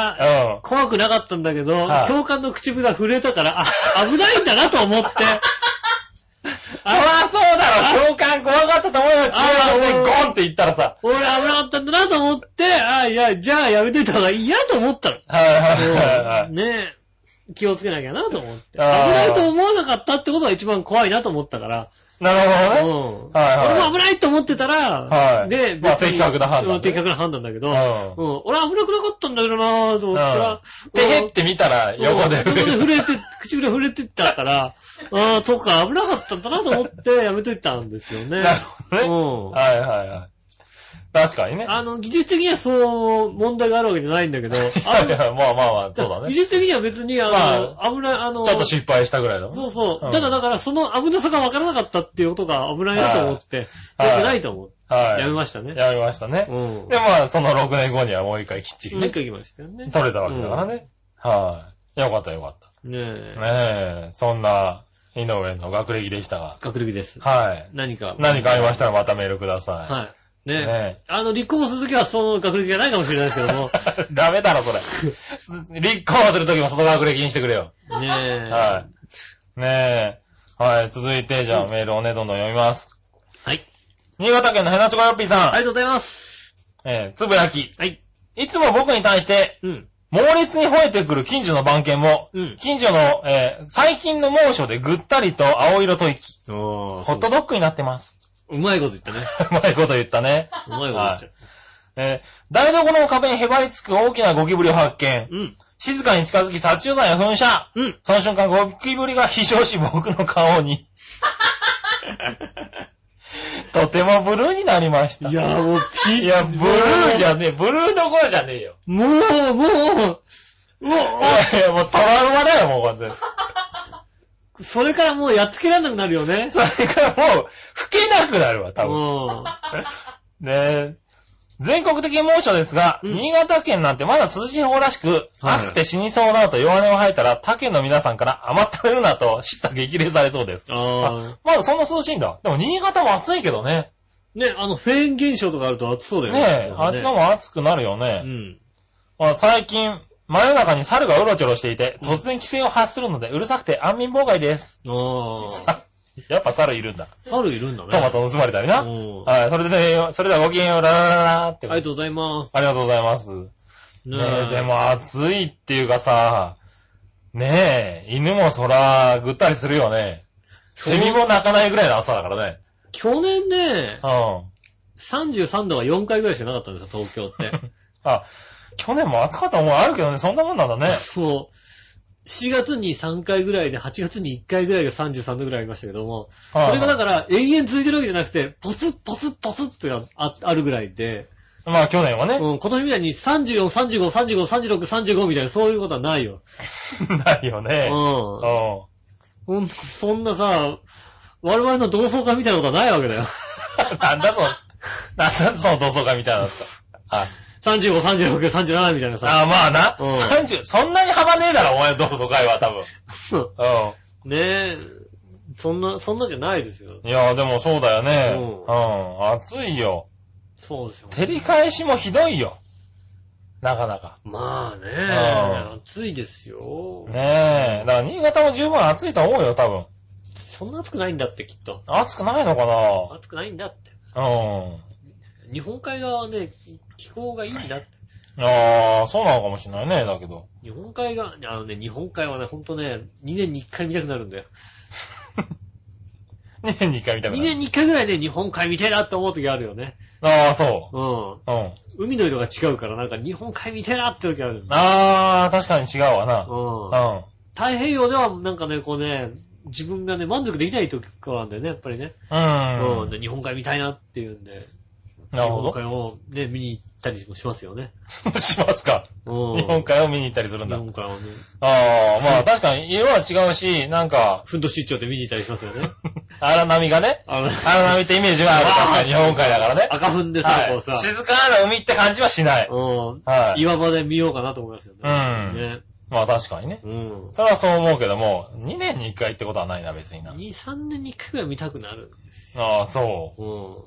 怖くなかったんだけど、教官の唇が震えたから、危ないんだなと思って。 そうだろ、教官怖かったと思うよ。ゴンって言ったらさ。 俺危なかったんだなと思って、じゃあやめといた方がいいやと思ったの。ねえ。気をつけなきゃなと思って。危ないと思わなかったってことが一番怖いなと思ったから。 なるほどね。 俺も危ないと思ってたら、 で、的確な判断。 的確な判断だけど、俺は危なくなかったんだけどなぁと思ったら、 てへって見たら横で震えて、唇震えてったから、そうか、危なかったんだなと思ってやめといたんですよね。 なるほどね。はい。確かにね。 技術的にはそう問題があるわけじゃないんだけど。まあ、そうだね。 技術的には別に危ない、 ちょっと失敗したぐらいだ。 そう。だからその危なさが分からなかったっていうことが危ないなと思って、良くないと思って。やめましたね。 やめましたね。で、その6年後にはもう一回きっちりね。 もう一回行きましたよね。 取れたわけだからね。よかった。 ねえ、そんな、井上の学歴でしたが。 学歴です。 はい。 何かありましたらまたメールください。 はい。ねえ。立候補するときはその学歴じゃないかもしれないですけども。 ダメだろ、それ。立候補するときはその学歴にしてくれよ。 ねえ。 はい。ねえ。はい。続いて、じゃあメールをね、どんどん読みます。 はい。 新潟県のヘナチョコヨッピーさん。 ありがとうございます。 つぶやき。 はい。 いつも僕に対して、猛烈に吠えてくる近所の番犬も、近所の、最近の猛暑でぐったりと青色吐息。ホットドッグになってます。 うまいこと言ったね。 うまいこと言ったね。 うまいこと言っちゃった。 台所の壁にへばりつく大きなゴキブリを発見。静かに近づき殺虫剤を噴射。その瞬間ゴキブリが飛翔し僕の顔に。とてもブルーになりました。 いや、もういや、ブルーじゃねえ。ブルーどころじゃねえよ。 もう、 いや、もうトラウマだよ、もうこうやって。 それからもうやっつけられなくなるよね。 それからもう、吹けなくなるわ、多分。ねえ。 全国的猛暑ですが、新潟県なんてまだ涼しい方らしく、暑くて死にそうなと弱音を吐いたら、他県の皆さんから甘ったれるなと知った激励されそうです。まだそんな涼しいんだ。でも新潟も暑いけどね。 ね、フェーン現象とかあると暑そうだよね。 ねえ、あっちのも暑くなるよね。最近、真夜中に猿がうろちょろしていて、突然規制を発するので、うるさくて安眠妨害です。やっぱ猿いるんだ。 猿いるんだね。 トマト盗まれたりな。はい。それではごきげんよう、ララララって。 ありがとうございます。 ありがとうございます。ねえ、でも暑いっていうかさ、ねえ、犬もそら、ぐったりするよね。セミも鳴かないぐらいの朝だからね。 去年ね、33度が4回ぐらいしかなかったんですよ、東京って。 去年も暑かった思いあるけどね、そんなもんなんだね。 そう。4月に3回ぐらいで、8月に1回ぐらいが33度ぐらいありましたけども、それがだから永遠続いてるわけじゃなくて、ポツッポツッポツッってあるぐらいで。 まあ去年はね。 今年みたいに34、35、35、36、35みたいなそういうことはないよ。 ないよね。 そんなさ、我々の同窓会みたいなことはないわけだよ。 なんだその同窓会みたいなのって。 35、36、37みたいなさ。 まあな。30、そんなに幅ねえだろ、お前の同窓会は多分。 ねえ、そんなじゃないですよ。 いや、でもそうだよね。暑いよ。 そうですよ。 照り返しもひどいよ。なかなか。 まあね、暑いですよ。 ねえ。だから新潟も十分暑いと思うよ、多分。 そんな暑くないんだって、きっと。 暑くないのかな？ 暑くないんだって。日本海側はね、気候がいいんだって。 そうなのかもしれないね、だけど。 日本海側、日本海はね、ほんとね、2年に1回見たくなるんだよ。 2年に1回見たくなる。 2年に1回ぐらいね、日本海見てえなって思う時あるよね。 そう。 海の色が違うから、なんか日本海見てえなって時ある。 確かに違うわな。 太平洋ではなんかね、こうね、自分がね、満足できない時があるんだよね、やっぱりね。日本海見たいなっていうんで。 なるほど。 日本海をね、見に行ったりもしますよね。 しますか。日本海を見に行ったりするんだ。 日本海をね。 まあ確かに色は違うし、なんか。 ふんどし一丁で見に行ったりしますよね。 荒波がね。荒波ってイメージがある。確かに日本海だからね。 赤ふんでさ、こうさ。 静かな海って感じはしない。 岩場で見ようかなと思いますよね。まあ確かにね。それはそう思うけども、2年に1回ってことはないな、別にな。 2、3年に1回ぐらい見たくなるんですよ。 そう。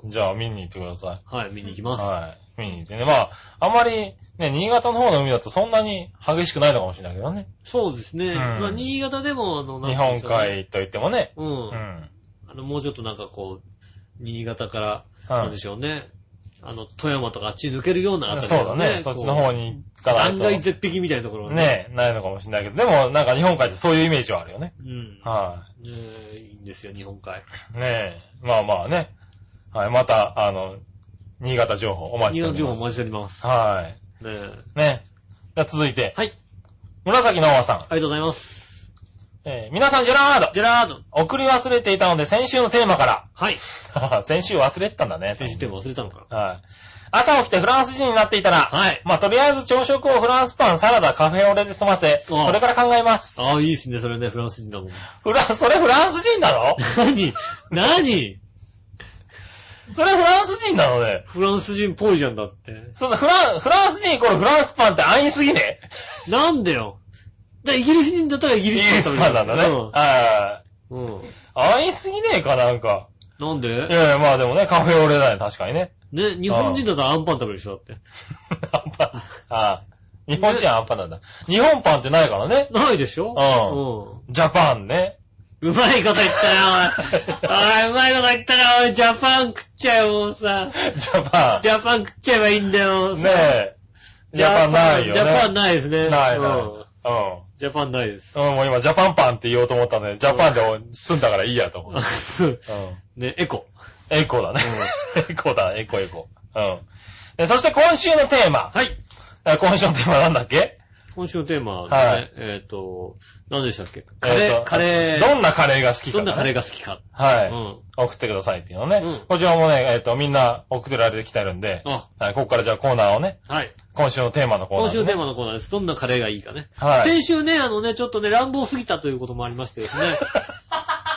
じゃあ見に行ってください。 はい、見に行きます。 はい。見に行ってね。まあ、あんまり、ね、新潟の方の海だとそんなに激しくないのかもしれないけどね。 そうですね。まあ、新潟でも、 日本海と言ってもね。 もうちょっとなんかこう、新潟から、なんでしょうね。富山とかあっち抜けるようなあたりそうだね。そっちの方に行かないと。 断崖絶壁みたいなところね。ないのかもしれないけど。でも、なんか日本海ってそういうイメージはあるよね。 いいんですよ、日本海。 ねえ。まあまあね。はい。また、新潟情報お待ちしております。 新潟情報お待ちしております。 はい。ね。じゃあ続いて。 はい。 紫のおばさん。ありがとうございます。 皆さん、ジェラード。送り忘れていたので、先週のテーマから。 はい。 先週忘れてたんだね。 先週テーマ忘れたのか。 はい。朝起きてフランス人になっていたら、はい。まあ、とりあえず朝食をフランスパン、サラダ、カフェオレで済ませ、それから考えます。 いいですね、それね、フランス人だもん。 それフランス人なの？ 何それフランス人なのね。 フランス人っぽいじゃんだって。 そのフランス人イコールフランスパンって安易すぎね？ なんでよ。イギリス人だったらイギリスパンなんだね。はい。安易すぎねえかなんか。 なんで？ いやまあでもね、カフェオレだね、確かにね。 ね、日本人だったらアンパン食べるでしょ、だって。 アンパン。日本人はアンパンなんだ。日本パンってないからね。 ないでしょ？ ジャパンね。 うまいこと言ったな、おい。うまいこと言ったな、おい。ジャパン食っちゃえよ、もうさ。 ジャパン食っちゃえばいいんだよ。 ねえ。ジャパンないよね。 ジャパンないですね。 ない。 ジャパンないです。 もう今ジャパンパンって言おうと思ったんで、ジャパンで済んだからいいやと思う。 ね、エコだね。エコだ、エコ。そして今週のテーマ。 はい。 今週のテーマなんだっけ？ 今週のテーマはね、何でしたっけ？カレー。 どんなカレーが好きか。 どんなカレーが好きか。 はい。送ってくださいっていうのね。こちらもね、みんな送ってられてきてるんで、はい。ここからじゃあコーナーをね。はい。今週のテーマのコーナー。 今週のテーマのコーナーです。どんなカレーがいいかね。はい。先週ね、ちょっとね、乱暴すぎたということもありましてですね。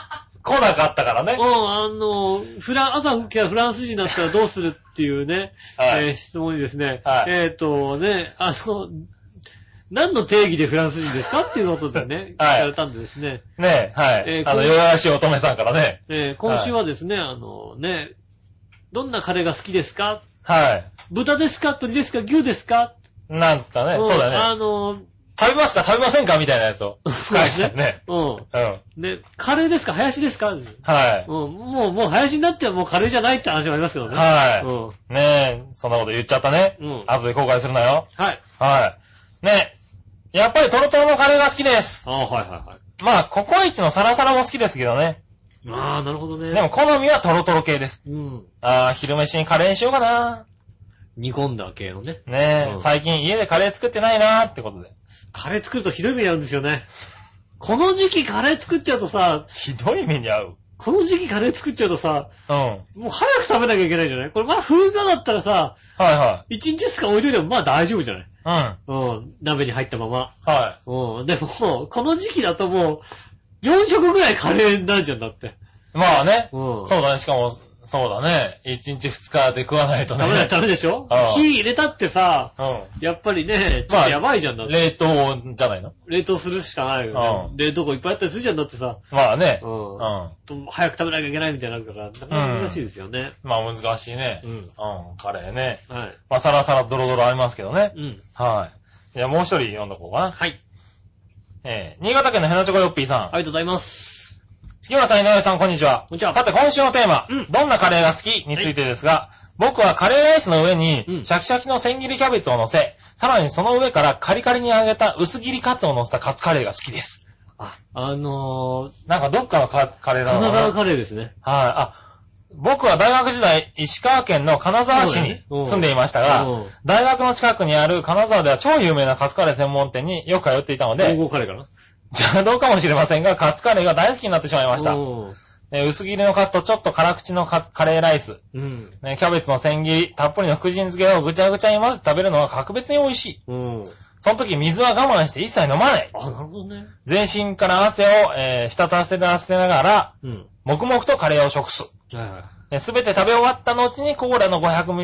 来なかったからね。 朝起きたらフランス人だったらどうするっていうね、はい、質問にですね、はい、何の定義でフランス人ですかっていうことでね、聞かれたんでですね。 ねはい。弱々しい乙女さんからね。 今週はですね、どんなカレーが好きですか？ はい。 豚ですか？鶏ですか？牛ですか？ なんかね、そうだね。食べますか？食べませんか？みたいなやつを返したね。 で、カレーですか？ハヤシですか？ はい。 もうハヤシになってはもうカレーじゃないって話もありますけどね。 はい。ねえ、そんなこと言っちゃったね。後で後悔するなよ。 はい。 はい。ねえ、やっぱりトロトロのカレーが好きです。 はいはい。 まあ、ココイチのサラサラも好きですけどね。 なるほどね。 でも好みはトロトロ系です。昼飯にカレーにしようかな。 煮込んだ系のね。 ねえ、最近家でカレー作ってないなーってことで。 カレー作るとひどい目に遭うんですよね。この時期カレー作っちゃうとさ、 ひどい目に遭う。 この時期カレー作っちゃうとさ、もう早く食べなきゃいけないじゃない？これまだ冬場だったらさ、1日2日置いといてもまあ大丈夫じゃない？鍋に入ったまま。 はい。 でも、この時期だともう、4食ぐらいカレーになるじゃんだって。 まあね。そうだね。しかも、そうだね。1日2日で食わないとね。 ダメでしょ？火入れたってさ、やっぱりね、ちょっとやばいじゃんだって。 冷凍じゃないの？ 冷凍するしかないよね。冷凍庫いっぱいあったりするじゃんだってさ。 まあね。 早く食べなきゃいけないみたいになるから、なかなか難しいですよね。 まあ難しいね。カレーね。 はい。 まあサラサラドロドロありますけどね。はい。いや、もう一人読んどこうかな。 はい。 新潟県のヘナチョコヨッピーさん。 ありがとうございます。 杉村さん、井上さん、こんにちは。 こんにちは。 さて、今週のテーマ、どんなカレーが好きについてですが、僕はカレーライスの上に、シャキシャキの千切りキャベツを乗せ、さらにその上からカリカリに揚げた薄切りカツを乗せたカツカレーが好きです。 なんかどっかのカレーなのかな。 金沢カレーですね。 はい。僕は大学時代、石川県の金沢市に住んでいましたが、大学の近くにある金沢では超有名なカツカレー専門店によく通っていたので、 ゴーゴーカレーかな。 邪道かもしれませんが、カツカレーが大好きになってしまいました。薄切りのカツとちょっと辛口のカレーライス、キャベツの千切り、たっぷりの福神漬けをぐちゃぐちゃに混ぜて食べるのは格別に美味しい。その時水は我慢して一切飲まない。 なるほどね。 全身から汗を、滴らせながら、黙々とカレーを食す。すべて食べ終わった後にコーラの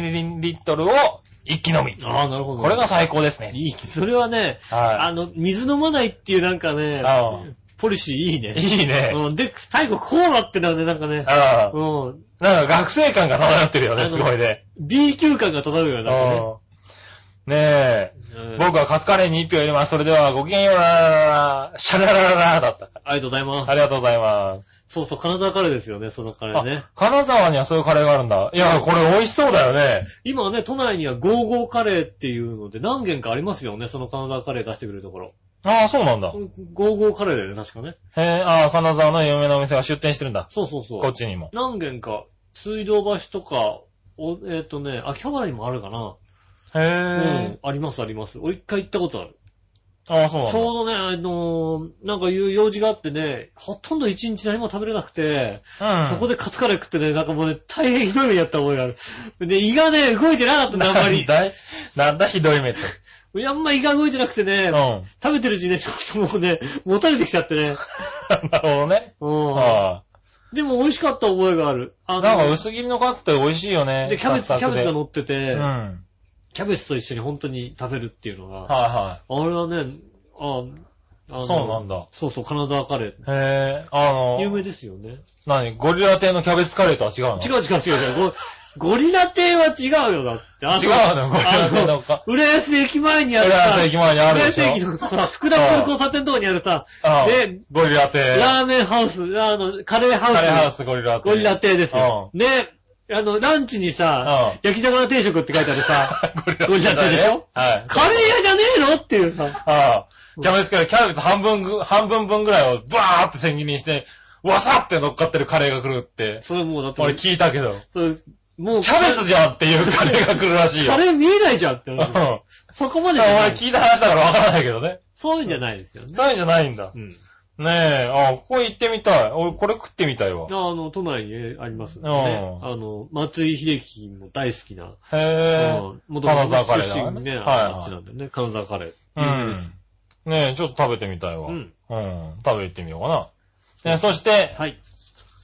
500ml を一気飲み。 なるほど。 これが最高ですね。 いい。それはね、水飲まないっていうなんかね、ポリシーいいね。 いいね。 で、最後コーラってなんでなんかね、 なんか学生感が漂ってるよね、すごいね。 B 級感が漂うよね。 ねえ。僕はカツカレーに一票入れます。それではごきげんようシャラララだった。 ありがとうございます。 ありがとうございます。 そうそう、金沢カレーですよね、そのカレーね。 金沢にはそういうカレーがあるんだ。いや、これ美味しそうだよね。 今ね、都内にはゴーゴーカレーっていうので何軒かありますよね、その金沢カレー出してくれるところ。 そうなんだ。 ゴーゴーカレーだよね、確かね。 金沢の有名なお店が出店してるんだ。 そうそうそう。 こっちにも。 何軒か、水道橋とか、秋葉原にもあるかな。ありますあります。俺一回行ったことある。 そうなんだ。 ちょうどね、なんか用事があってね、ほとんど一日何も食べれなくて、そこでカツカレー食ってね、なんかもうね、大変ひどい目にやった覚えがある。で、胃がね、動いてなかったんだ、あんまり。 なんだひどい目って。 あんま胃が動いてなくてね、食べてるうちにね、ちょっともうね、もたれてきちゃってね。 なるほどね。 でも美味しかった覚えがある。 なんか薄切りのカツって美味しいよね。 で、キャベツが乗ってて、キャベツと一緒に本当に食べるっていうのが、あれはね、 そうなんだ。 そうそう、金沢カレー。有名ですよね。 ゴリラ亭のキャベツカレーとは違うの？ 違う。ゴリラ亭は違うよ、だって。 違うの？ゴリラ亭のか。 浦安駅前にあるさ。 浦安駅前にあるでしょ。 浦安駅のさ、スクランブル交差点のとこにあるさ、 ゴリラ亭。 ラーメンハウス、カレーハウス。 カレーハウスゴリラ亭。 ゴリラ亭ですよ。ね。ランチにさ、焼き魚定食って書いてあるさ、ゴリラ亭でしょ？カレー屋じゃねえのっていうさ。 キャベツ半分分ぐらいをバーって千切りにして、わさって乗っかってるカレーが来るって。 それもうだって。 俺聞いたけど。 もう。 キャベツじゃんっていうカレーが来るらしいよ。 カレー見えないじゃんって。そこまで。 俺聞いた話だからわからないけどね。 そういうんじゃないですよね。 そういうんじゃないんだ。ねえ、ここ行ってみたい。俺、これ食ってみたいわ。 都内にありますんでね。松井秀喜も大好きな。 金沢カレー出身ね、あっちなんだよね。金沢カレー。有名です。 ねえ、ちょっと食べてみたいわ。食べてみようかな。そして、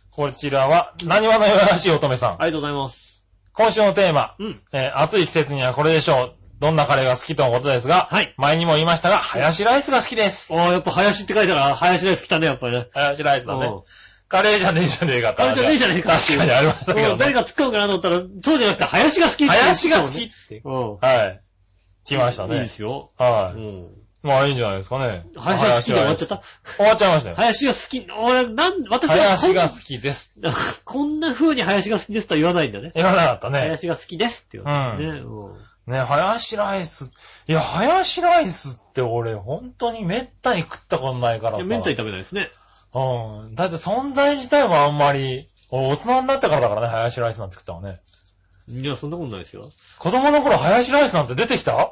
こちらは、何話のよやしい乙女さん。 ありがとうございます。 今週のテーマ。 うん。 暑い季節にはこれでしょう。どんなカレーが好きとのことですが、 はい。 前にも言いましたが、ハヤシライスが好きです。 やっぱハヤシって書いたら、ハヤシライス来たね、やっぱりね。 ハヤシライスだね。カレーじゃねえじゃねえかって。 カレーじゃねえじゃねえか。 確かにありましたけど、ね。 誰か突っ込むかなと思ったら、そうじゃなくて、ハヤシが好きって。 ハヤシが好きって。はい。来ましたね。 いいですよ。 はい。まあいいんじゃないですかね。 ハヤシが好きで終わっちゃった？ 終わっちゃいましたよ。 ハヤシが好き、私は。 ハヤシが好きです。 こんな風にハヤシが好きですとは言わないんだね。 言わなかったね。 ハヤシが好きですって言われてね。 ね、ハヤシライス。いや、ハヤシライスって俺、本当にめったに食ったことないからさ。 めったに食べないですね。 だって存在自体もあんまり、大人になってからだからね、ハヤシライスなんて食ったのね。 いや、そんなことないですよ。 子供の頃ハヤシライスなんて出てきた？ はい。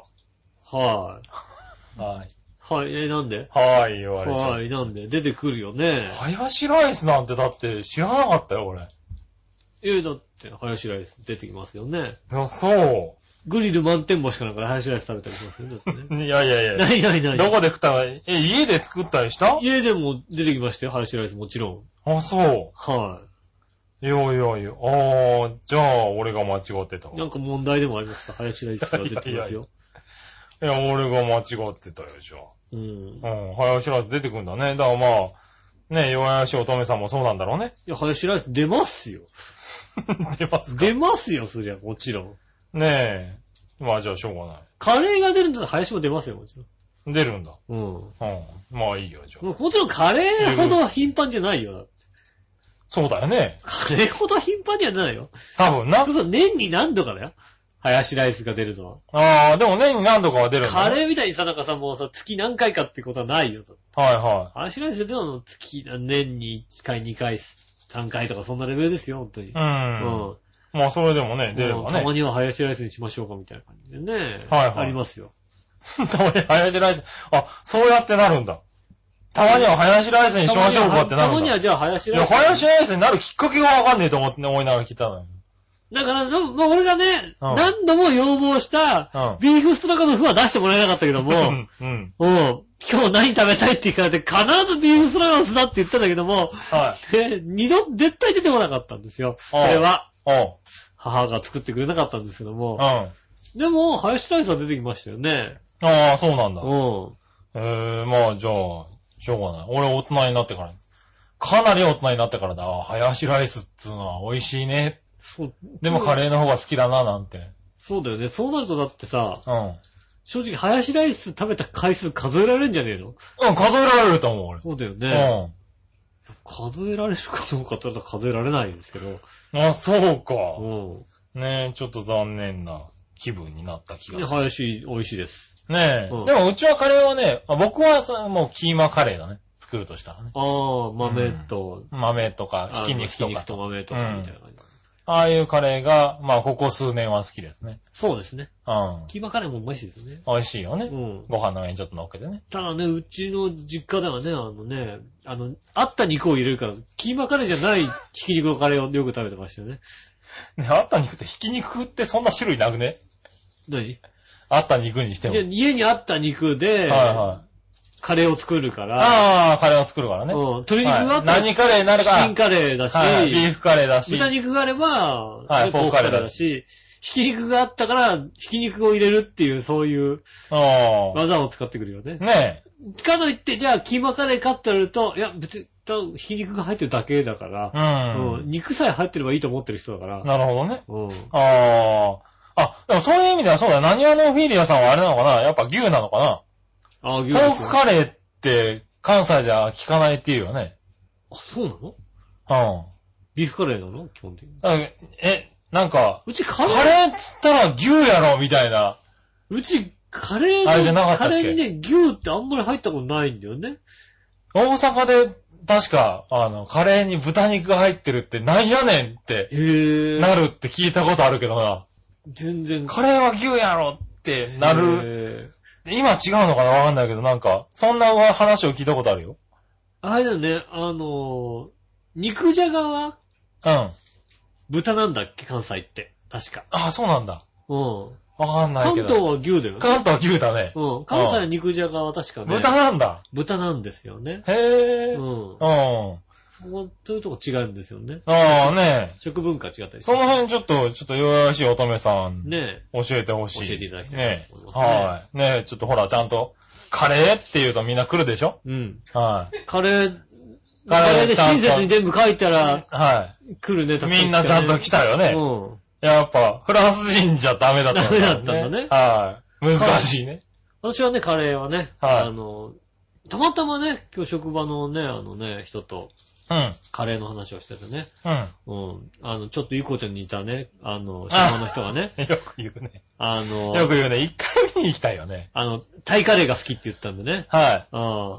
はい。 はい、なんで？ はい、言われちゃう。 はい、なんで？出てくるよね。 ハヤシライスなんてだって知らなかったよ、俺。 だって、ハヤシライス出てきますよね。 いや、そう。 グリル満点星かなんかでハヤシライス食べたりしますよね。だってねいや。 ない。 どこで食ったの？家で作ったりした？ 家でも出てきましたよ、ハヤシライスもちろん。 あ、そう。 はい。 じゃあ、俺が間違ってたわ。 なんか問題でもありますか？ハヤシライスが出てきますよ。 いや、俺が間違ってたよ、じゃあ。ハヤシライス出てくんだね。だからまあ、ね、弱々しい乙女さんもそうなんだろうね。 いや、ハヤシライス出ますよ。 出ますか？ 出ますよ、そりゃ、もちろん。 ねえ。まあじゃあしょうがない。 カレーが出るんだったらハヤシも出ますよ、もちろん。出るんだ。まあいいよ、じゃあ。 もちろんカレーほど頻繁じゃないよ。 そうだよね。 カレーほど頻繁にはないよ。 多分な。 年に何度かだよ。ハヤシライスが出るのは。でも年に何度かは出るんだ、 カレーみたいにさ、なんかさ、もうさ、月何回かってことはないよ。 はい。 ハヤシライス出てるの年に1回、2回、3回とかそんなレベルですよ、本当に。まあそれでもね、出ればね。 たまにはハヤシライスにしましょうかみたいな感じでね。ありますよ。 たまにハヤシライス、そうやってなるんだ。たまにはハヤシライスにしましょうかってなるんだ。 たまにはじゃあハヤシライス。 いや、ハヤシライスになるきっかけがわかんねえと思いながら聞いたのよ。 だから、俺がね、何度も要望した、ビーフストロガノフは出してもらえなかったけども、今日何食べたいって聞かれて、必ずビーフストロガノフだって言ったんだけども、絶対出てこなかったんですよ。それは。母が作ってくれなかったんですけども。でも、ハヤシライスは出てきましたよね。 ああ、そうなんだ。まあ、じゃあ、しょうがない。俺大人になってから。かなり大人になってからだ。ハヤシライスっつうのは美味しいね。でもカレーの方が好きだな、なんて。 そうだよね。そうなるとだってさ、正直、ハヤシライス食べた回数数えられるんじゃねえの？ 数えられると思う、俺。 そうだよね。数えられるかどうかって言ったら数えられないんですけど。 あ、そうか。ねえ、ちょっと残念な気分になった気がする。 ハヤシ美味しいです。 ねえ。でもうちはカレーはね、僕はもうキーマカレーだね。作るとしたらね。 豆と。 豆とか、ひき肉とか。 ひき肉と豆とかみたいな感じ。 ああいうカレーが、まあ、ここ数年は好きですね。 そうですね。キーマカレーも美味しいですね。 美味しいよね。ご飯の上にちょっと乗っけてね。 ただね、うちの実家ではね、あった肉を入れるから、キーマカレーじゃないひき肉のカレーをよく食べてましたよね。 ね、あった肉ってひき肉ってそんな種類なくね？ 何？ あった肉にしても。 家にあった肉で、カレーを作るから。 カレーを作るからね。 鶏肉があったら。何カレーになるか。 チキンカレーだし、 ビーフカレーだし。 豚肉があれば、 ポークカレーだし。 ひき肉があったから、ひき肉を入れるっていう、そういう技を使ってくるよね。 ねえ。かといって、じゃあ、キーマカレーかって言われると、いや、別に、ひき肉が入ってるだけだから、肉さえ入ってればいいと思ってる人だから。 なるほどね。でもそういう意味ではそうだよ。何話のフィリアさんはあれなのかな？やっぱ牛なのかな？ポークカレーって関西では聞かないっていうよね。 そうなの？ビーフカレーなの？基本的に。 なんか、 うちカレーっつったら牛やろみたいな。 うち、カレーあれじゃなかったっけ？ カレーにね、牛ってあんまり入ったことないんだよね。 大阪で、確か、カレーに豚肉が入ってるってなんやねんって、なるって聞いたことあるけどな。 全然。 カレーは牛やろってなる。今違うのかなわかんないけど、なんか、そんな話を聞いたことあるよ。 あれだね、肉じゃがは豚なんだっけ関西って。確か。 そうなんだ。わかんないけど。 関東は牛だよね。 関東は牛だね。 関西の肉じゃがは確かね。 豚なんだ。 豚なんですよね。 へぇそういうとこ違うんですよね。 ああね。 食文化違ったりして。 その辺ちょっと弱々しい乙女さん。 ね教えてほしい。 教えていただきたい。 ねはい。ねちょっとほら、ちゃんと、カレーって言うとみんな来るでしょ？うん。はい。カレーで親切に全部書いたら、はい。来るね、みんなちゃんと来たよね。うん。やっぱ、フランス人じゃダメだったんだね。ダメだったんだね。はい。難しいね。私はね、カレーはね、はい。たまたまね、今日職場のね、人と、うん。カレーの話をしててね。うん。うん。ちょっとゆこちゃんにいたね、職場の人がね。よく言うね。よく言うね。一回見に行きたいよね。タイカレーが好きって言ったんでね。はい。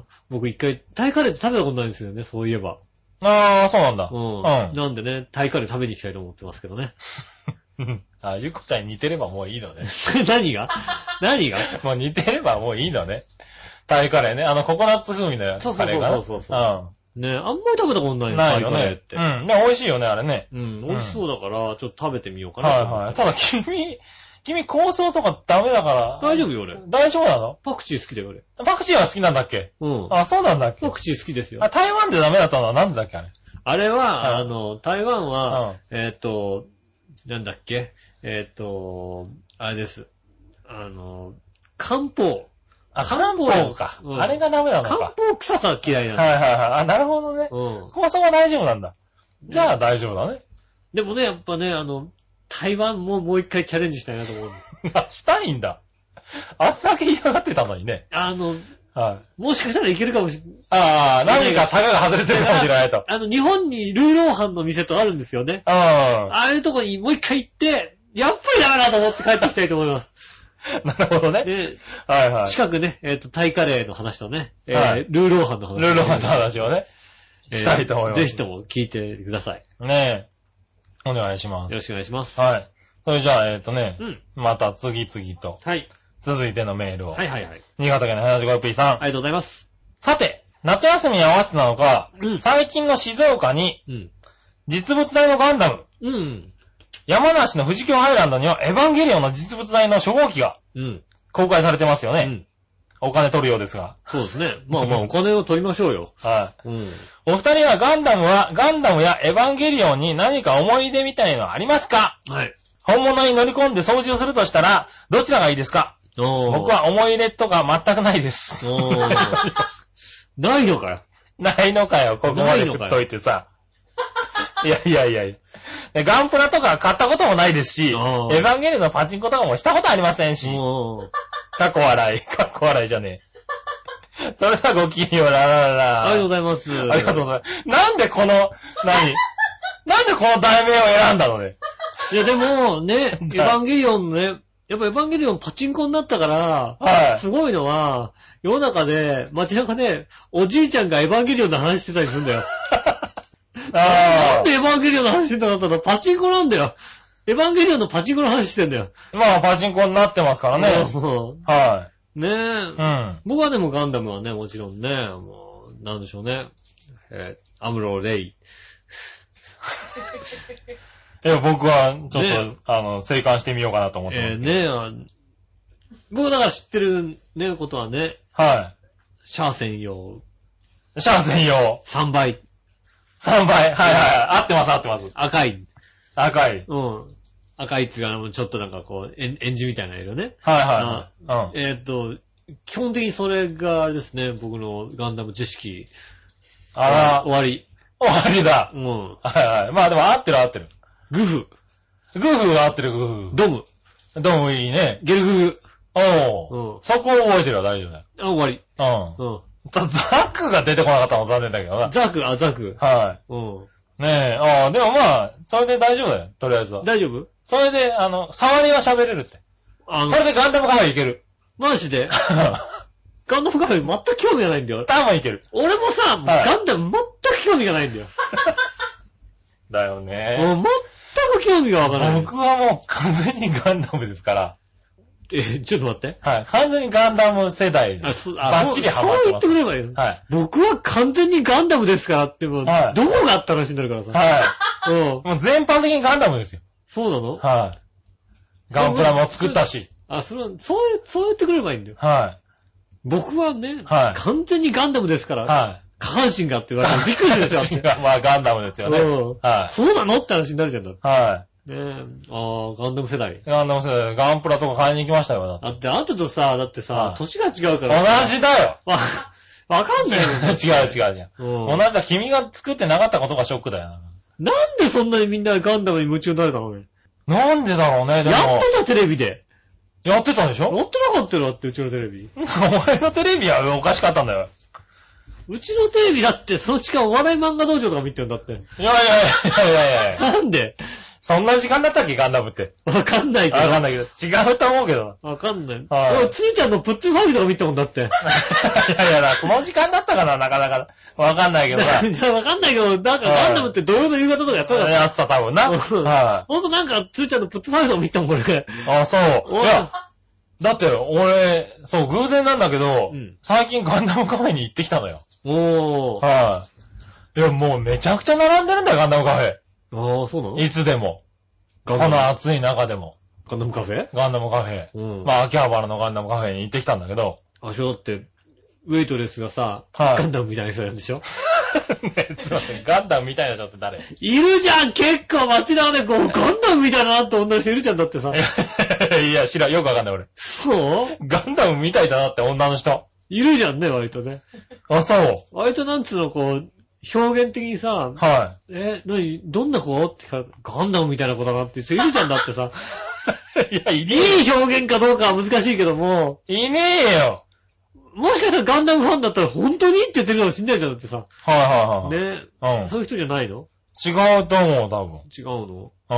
僕一回、タイカレーって食べたことないんですよね、そういえば。ああ、そうなんだ。うん。なんでね、タイカレー食べに行きたいと思ってますけどね。ゆこちゃんに似てればもういいのね。何がもう似てればもういいのね。タイカレーね。ココナッツ風味のカレーが。そう。うん。ねあんまり食べたことないよ、タイカレーって。うん。ね、美味しいよね、あれね。うん、美味しそうだから、ちょっと食べてみようかな。はいはい。ただ君、香草とかダメだから。大丈夫よ、俺。大丈夫なの？パクチー好きだよ、俺。パクチーは好きなんだっけ？うん。あ、そうなんだっけ？パクチー好きですよ。台湾でダメだったのはなんでだっけ、あれ。あれは、台湾は、なんだっけ？あれです。漢方。漢方か。あれがダメなのか。漢方臭さ嫌いなんだ。はいはいはい。なるほどね。香草は大丈夫なんだ。じゃあ大丈夫だね。でもね、やっぱね、台湾もう一回チャレンジしたいなと思う。したいんだ。あんだけ嫌がってたのにね。はい。もしかしたらいけるかもしれない。ああ、何かタガが外れてるかもしれないと。日本にルーローハンの店とあるんですよね。ああいうとこにもう一回行って、やっぱりダメだと思って帰ってきたいと思います。なるほどね。で、はいはい。近くね、タイカレーの話とね、はい、ルーローハンの話。ルーローハンの話をね、したいと思います。ぜひとも聞いてください。ねえ。お願いします。よろしくお願いします。はい。それじゃあ、また次々と。はい。続いてのメールを。はいはいはい。新潟県の75 P さん。ありがとうございます。さて、夏休みに合わせてなのか、最近の静岡に、実物大のガンダム。山梨の富士京ハイランドにはエヴァンゲリオンの実物大の初号機が、公開されてますよね。お金取るようですが。そうですね。まあお金を取りましょうよ。はい。お二人はガンダムやエヴァンゲリオンに何か思い出みたいのありますか？はい。本物に乗り込んで操縦するとしたら、どちらがいいですか？僕は思い入れとか全くないです。ないのかよ。ないのかよ。ここまで振っといてさ。いや。ガンプラとか買ったこともないですし、エヴァンゲリオンのパチンコとかもしたことありませんし。かっこ笑いじゃねえ。それではごきげんよう、ラララ。ありがとうございます。ありがとうございます。なんでこの題名を選んだのね。いやでもね、エヴァンゲリオンね、やっぱエヴァンゲリオンパチンコになったから、はい、すごいのは、世の中で、街中で、おじいちゃんがエヴァンゲリオンの話してたりするんだよ。なんでエヴァンゲリオンの話してたかったらパチンコなんだよ。エヴァンゲリオンのパチンコの話してんだよ。まあ、パチンコになってますからね。はい。ねえ。うん。僕はでもガンダムはね、もちろんね、もう、なんでしょうね。アムロ・レイ。いや、僕は、ちょっと、静観してみようかなと思ってます。ねえ、僕だから知ってるね、ことはね。はい。シャア専用。3倍。3倍。はいはい。合ってます。赤い。うん。赤いっていうか、ちょっとなんかこう、エンジみたいな色ね。はいはい。基本的にそれがあれですね、僕のガンダム知識。あら。終わりだ。うん。はいはい。まあでも合ってる。グフが合ってる、グフ。ドムいいね。ゲルググ。おう。そこを覚えてるわ、大丈夫だよ。終わり。うん。ザクが出てこなかったの残念だけどな。ザク。はい。うん。ねえ、でもまあ、それで大丈夫だよ、とりあえずは。大丈夫？それで、触りは喋れるって。それでガンダムカフェ行ける。マジでガンダムカフェ全く興味がないんだよ。多分行ける。俺もさ、ガンダム全く興味がないんだよ。だよね。全く興味がわからない。僕はもう完全にガンダムですから。ちょっと待って。はい。完全にガンダム世代。バッチリハマってます。そう言ってくればいいの。はい。僕は完全にガンダムですからってもう、はい、どこがあった話になるからさ。はい。もう全般的にガンダムですよ。そうなの？はい。ガンプラも作ったし。そう言ってくればいいんだよ。はい。僕はね、はい。完全にガンダムですから。はい。 下半身がって言われたらびっくりするんですよ。 まあガンダムですよね。 はい。そうなのって話になるじゃんだって。 はい。 ねえ。ガンダム世代。 ガンダム世代。ガンプラとか買いに行きましたよ。 だって、あんたとさ、だってさ、年が違うから同じだよ。 わかんないよね。 違う。同じだ。君が作ってなかったことがショックだよ。 なんでそんなにみんなガンダムに夢中になれたのね。 なんでだろうね、でも。 やってたテレビで。 やってたでしょ？ やってなかったよ、だって、うちのテレビ。 お前のテレビはおかしかったんだよ。 うちのテレビだって、その時間お笑い漫画道場とか見てるんだって。 いや。 なんで？そんな時間だったっけ、ガンダムって。 わかんないけど。 違うと思うけど。 わかんない。 はい。 つーちゃんのプッツーファミとか見たもんだって。 いや、その時間だったかな、なかなか。わかんないけどな。 わかんないけど、なんかガンダムって土曜の夕方とかやったから。 やってた、多分な。 はい。ほんとなんか、つーちゃんのプッツーファミとか見たもん、これ。 あ、そう。いや、だって、俺、そう、偶然なんだけど、最近ガンダムカフェに行ってきたのよ。はい。いや、もうめちゃくちゃ並んでるんだよ、ガンダムカフェ。 ああ、そうなの？ いつでも。この暑い中でも。 ガンダムカフェ？ ガンダムカフェ。まあ、秋葉原のガンダムカフェに行ってきたんだけど。 あ、だって、ウェイトレスがさ、ガンダムみたいな人なんでしょ？ ね、すいません、ガンダムみたいな人って誰？ いるじゃん、結構街中でこう、ガンダムみたいなって女の人いるじゃん、だってさ。 いや、よくわかんない俺。 そう？ ガンダムみたいだなって女の人。 いるじゃんね、割とね。 あ、そう。 割となんつうの、こう、表現的にさ、 はい。 どんな子って聞かれて、ガンダムみたいな子だなって人いるじゃんだってさ。 いや、いい表現かどうかは難しいけども。 いねえよ。 もしかしたらガンダムファンだったら本当にって言ってるかもしんないじゃんだってさ。 はい。 ね。うん。そういう人じゃないの？ 違うと思う、多分。 違うの？ うん。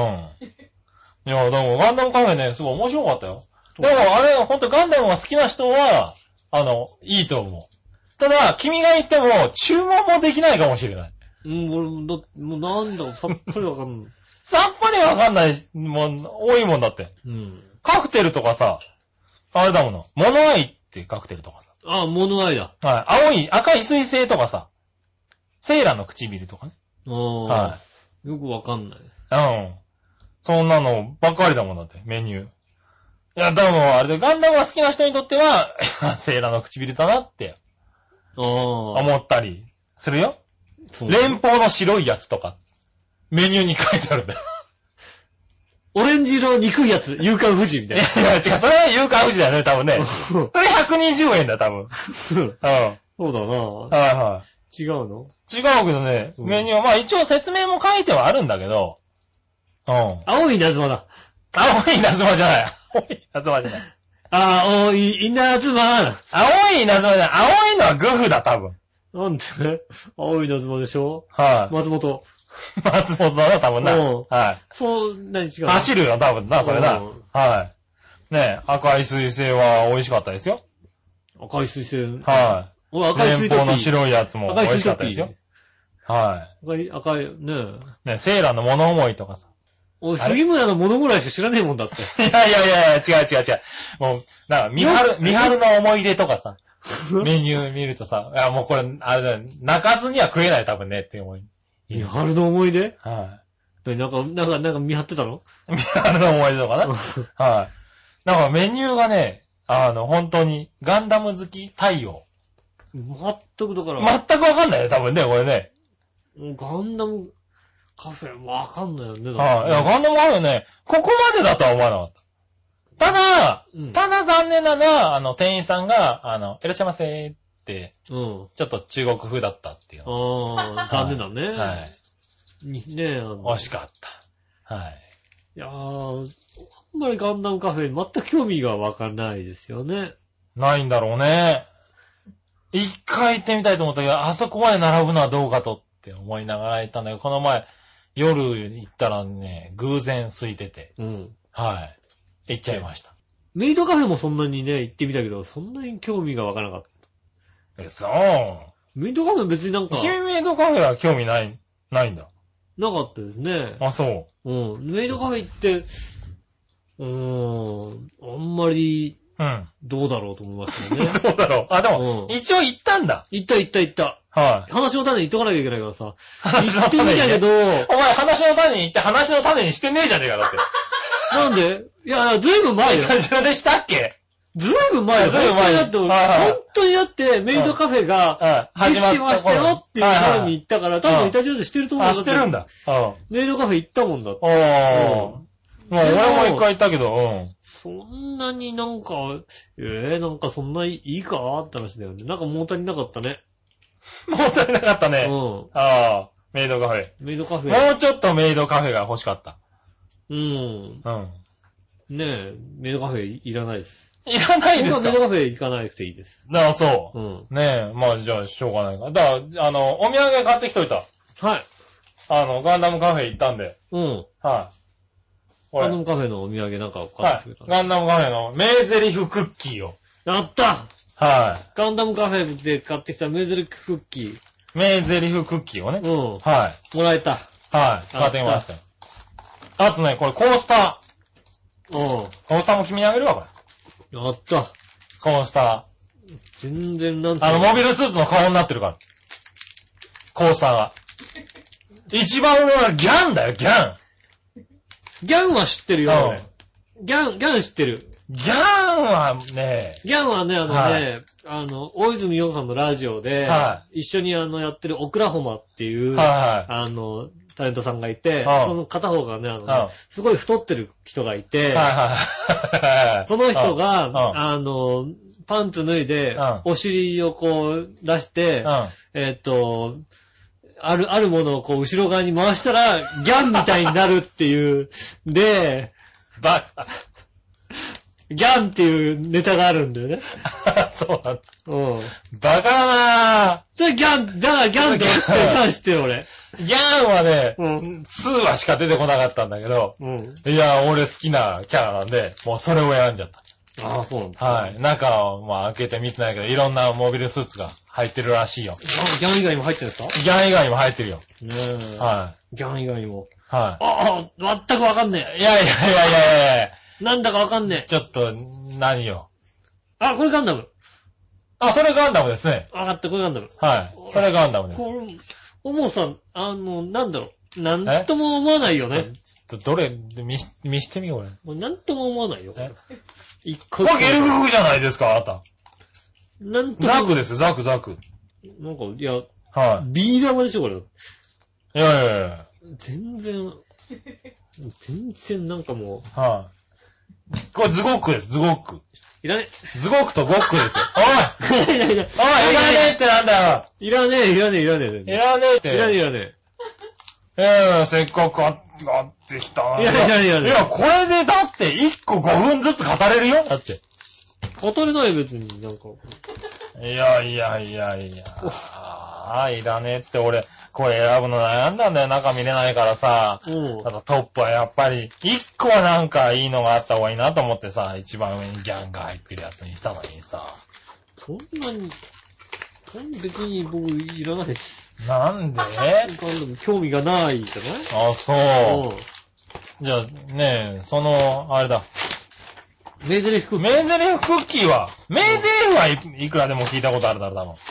いや、でもガンダムカフェね、すごい面白かったよ。でもあれ、ほんとガンダムが好きな人は、いいと思う。ただ、君が言っても、注文もできないかもしれない。 もうなんだろう、さっぱりわかんない。 さっぱりわかんない、もう、多いもんだって。 うん。 カクテルとかさ、あれだもの。モノアイってカクテルとかさ。 あ、モノアイだ。 はい。赤い水星とかさ、セーラの唇とかね。 はい。よくわかんない。 うん。そんなのばっかりだもんだって、メニュー。いや、でも、あれでガンダムが好きな人にとっては、セーラの唇だなって、思ったりするよ。連邦の白いやつとか、メニューに書いてあるんだよ。 オレンジ色の憎いやつ、夕刊富士みたいな。 いや、違う、それは夕刊富士だよね、多分ね。それ120円だよ、多分。うん。 そうだな。 はい。 違うの？ 違うけどね、メニューは、まあ一応説明も書いてはあるんだけど、うん。 青い稲妻だ。 青い稲妻じゃない。青い稲妻じゃない。 青い稲妻。 青い稲妻じゃない。青いのはグフだ、多分。 なんで？青い稲妻でしょ？ はい。 松本だな、多分な。はい。 そう、何違う？ 走るよ、多分な、それな。はい。ねえ、赤い水星は美味しかったですよ。 赤い水星。 はい。 赤い水星。 連邦の白いやつも美味しかったですよ。はい。 赤い、 ねセーラの物思いとかさ。 おい、杉村の物ぐらいしか知らねえもんだって。 いや、違う。もう、なんか、三春の思い出とかさ、メニュー見るとさ、いや、もうこれ、あれだよ、泣かずには食えない多分ねって思い。 三春の思い出？ はい。 なんか見張ってたの？ 三春の思い出とかな。はい。なんかメニューがね、本当に、ガンダム好き対応。 全くだから。 全くわかんないよ、多分ね、これね。 ガンダム、カフェ、わかんないよね。 はい。いや、ガンダムカフェね、ここまでだとは思わなかった。ただ残念なのは、店員さんが、いらっしゃいませーって、ちょっと中国風だったっていう。 残念だね。 はい。惜しかった。はい。 いやー、あんまりガンダムカフェに全く興味がわかんないですよね。 ないんだろうね。一回行ってみたいと思ったけど、あそこまで並ぶのはどうかとって思いながら行ったんだけど、この前、夜行ったらね、偶然空いてて。はい。行っちゃいました。 メイドカフェもそんなにね、行ってみたけど、そんなに興味がわからなかった。 そう。 メイドカフェ別になんか。 君メイドカフェは興味ないんだ。 なかったですね。 あ、そう。 メイドカフェ行って、あんまり、どうだろうと思いましたよね。 どうだろう。あ、でも、一応行ったんだ。 行った。 はい。 話の種に行っとかなきゃいけないからさ。行ってみたけど、 お前話の種に行って話の種にしてねえじゃねえか、だって。 なんで？いや、ずいぶん前よ。 それでしたっけ？ ずいぶん前だよ。本当にだって、メイドカフェが、できてましたよっていうところに行ったから、多分イタジオでしてると思うんだ。 してるんだ。 メイドカフェ行ったもんだって。 俺も一回行ったけど、 そんなになんか、なんかそんないいかって話だよね。なんか物足りなかったね。 物足りなかったね。メイドカフェ。 メイドカフェ。 もうちょっとメイドカフェが欲しかった。 ねえ、メイドカフェいらないです。 いらないですか？ 僕はメイドカフェ行かなくていいです。 そう。ねえ、まあじゃあしょうがないから。だから、お土産買ってきといた。 はい。 ガンダムカフェ行ったんで。はい。 ガンダムカフェのお土産なんか買ってきた。 ガンダムカフェの名台詞クッキーを。 やったはい。 ガンダムカフェで買ってきた名台詞クッキー。 名台詞クッキーをね。 はい。もらえた。 はい。買ってきましたよ。あとね、これコースター。コースターも君にあげるわ、これ。 やった。 コースター。全然なんて。 モビルスーツの顔になってるから。コースターが。一番上はギャンだよ、ギャン。 ギャンは知ってるよ、俺。ギャン知ってる。 ギャンはね、 大泉洋さんのラジオで、一緒にやってるオクラホマっていう、タレントさんがいて、その片方がね、すごい太ってる人がいて、その人が、パンツ脱いで、お尻をこう出して、あるものをこう後ろ側に回したら、ギャンみたいになるっていう、で、ギャンっていうネタがあるんだよね。 そうなんだ。バカだなぁ。 それギャン、だからギャンって知ってる俺。 ギャンはね、2話しか出てこなかったんだけど、いや、俺好きなキャラなんで、もうそれを選んじゃった。 ああ、そうなんだ。 はい。中は、まあ開けて見てないけど、いろんなモビルスーツが入ってるらしいよ。 ギャン以外にも入ってるんですか？ ギャン以外にも入ってるよ。 はい。ギャン以外にも。 はい。 全くわかんねえ。 いや。 なんだかわかんねえ。 ちょっと、何よ。 これガンダム。 それガンダムですね。 わかった、これガンダム。 はい。それガンダムです。 もうさ、なんだろう。なんとも思わないよね。 ちょっと、どれ、見してみようよ。 もうなんとも思わないよ。 一個。これゲルググじゃないですか、あなた。ザクです、ザク。なんか、 いや、ビー玉でしょ、これ。 いや。 全然なんかもう。これズゴックです、ズゴック。 いらねえ。ズゴックとゴックですよ。おいいらねえってなんだよ。 いらねえって。 いらねえ。せっかく買ってきた。 いや、 これでだって1個5分ずつ語れるよ。だって。 語れない別になんか。 いや。いらねえって俺、これ選ぶの悩んだんだよ。中見れないからさ。ただトップはやっぱり、1個はなんかいいのがあった方がいいなと思ってさ、一番上にギャンが入ってるやつにしたのにさ。 そんなに、別に僕いらないし。 なんで興味がないじゃない？ そう。じゃあ、ねえ、あれだ。 名台詞クッキー。 名台詞クッキーは、名台詞はいくらでも聞いたことあるだろ、多分。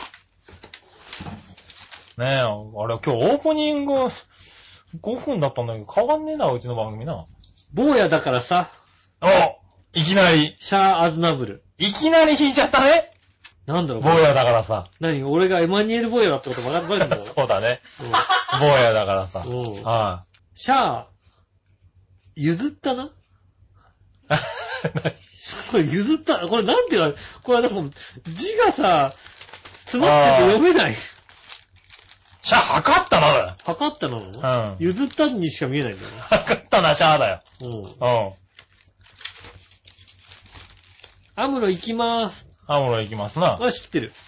ねえ、あれ、今日オープニング5分だったんだけど、変わんねえな、うちの番組な。 坊やだからさ。 いきなり。 シャア・アズナブル。 いきなり弾いちゃったね。 なんだろう。 坊やだからさ。 俺がエマニュエル坊やだってこと分かるんだろ。 そうだね。坊やだからさ。 シャア、譲ったなこれ譲った、これなんていうのこれなんか字がさ、詰まってて読めない。 シャア測ったなだよ。 測ったなの？譲ったにしか見えないんだよね。 測ったな、シャアだよ。 アムロ行きまーす。 アムロ行きますな。 知ってる。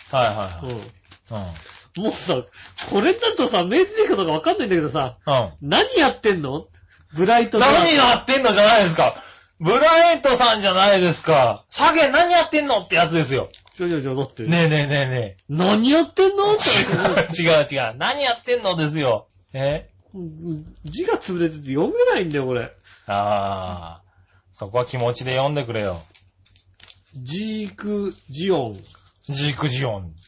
もうさ、これだとさ、名台詞かどうかわかんないんだけどさ、何やってんの？ブライトさん。 何やってんのじゃないですか。ブライトさんじゃないですか。サゲ何やってんのってやつですよ。 だって。 ねえ。 何やってんのって違う。何やってんのですよ。 字が潰れてて読めないんだよ、これ。 そこは気持ちで読んでくれよ。 ジークジオン。 ジークジオン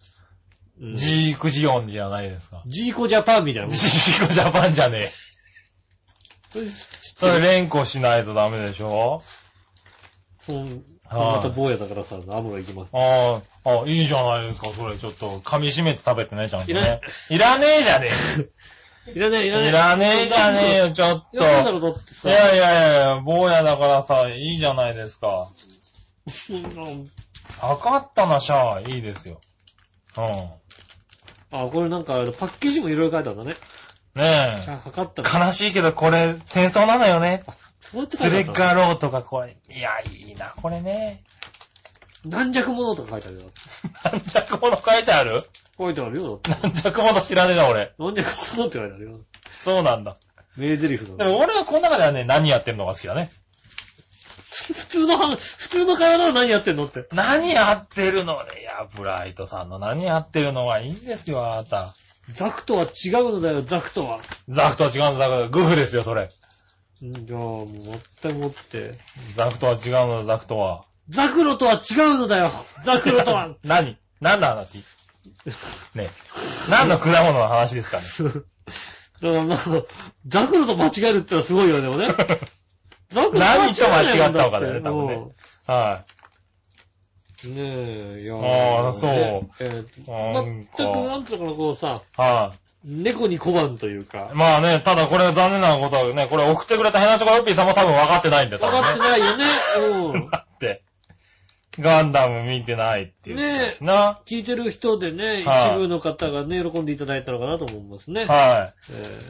じゃないですか。 ジーコジャパンみたいな。 ジーコジャパンじゃねえ。それ連呼しないとダメでしょ？ また坊やだからさ、アムロ行きます。 あ、いいじゃないですか、それ。ちょっと、噛み締めて食べてね、ちゃんとね。いらねえじゃねえ。 いらねえじゃねえよ、ちょっと。いや、坊やだからさ、いいじゃないですか。測ったな、シャア、いいですよ。うん。 あ、これなんか、パッケージもいろいろ書いてあるんだね。 ねえ。 測った。 悲しいけど、これ、戦争なのよね。 そうやって書いてある。 スレッガーローとか、これ。いや、いいな、これね。 軟弱者とか書いてあるよ。 軟弱者書いてある？ 書いてあるよ。 軟弱者知らねえな、俺。 軟弱者って書いてあるよ。 そうなんだ。 名台詞だね。 でも俺はこの中ではね、何やってんのが好きだね。 普通の会話なら何やってんのって。 何やってるのね。いや、ブライトさんの何やってるのがいいんですよ、あなた。 ザクとは違うのだよ、ザクとは。 ザクとは違うんだ、グフですよ、それ。 じゃあ、もう全くもって。 ザクとは違うのだ、ザクとは。 ザクロとは違うのだよ、ザクロとは。 何の話ねえ。何の果物の話ですかね。 だからなんか、ザクロと間違えるってのはすごいよね、でもね。ザクロと何と間違ったのかだよね、多分ね。はい。 ねえ、いやああ、そう。 全く、なんていうのかな、こうさ、 はい。 猫に小判というか。 まあね、ただこれ残念なことはね、これ送ってくれたヘナチョコヨッピーさんも多分分かってないんだよ、 分かってないよね。うん。 だって、ガンダム見てないっていうですな。 ねえ。聞いてる人でね、一部の方がね、喜んでいただいたのかなと思いますね。 はい。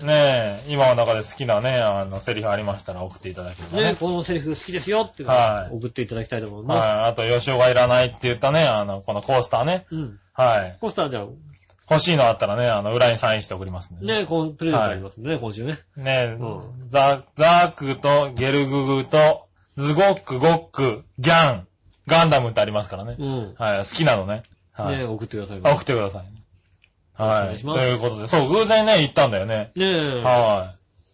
ねえ、今の中で好きなね、セリフありましたら送っていただければね。 ねえ、このセリフ好きですよっていうのを送っていただきたいと思います。 はい。あと、吉尾がいらないって言ったね、このコースターね。 うん。 はい。 コースターじゃあ、 欲しいのあったらね、裏にサインして送りますんで。 ねえ、プレゼントありますんでね、今週ね。 ねえ、ザークとゲルググとズゴックゴックギャン。ガンダムってありますからね。 うん。 はい。好きなのね。はい。 ねえ、送ってください。 送ってください。はい。 お願いします。 ということで、そう、偶然ね、行ったんだよね。 ねえ。 はい。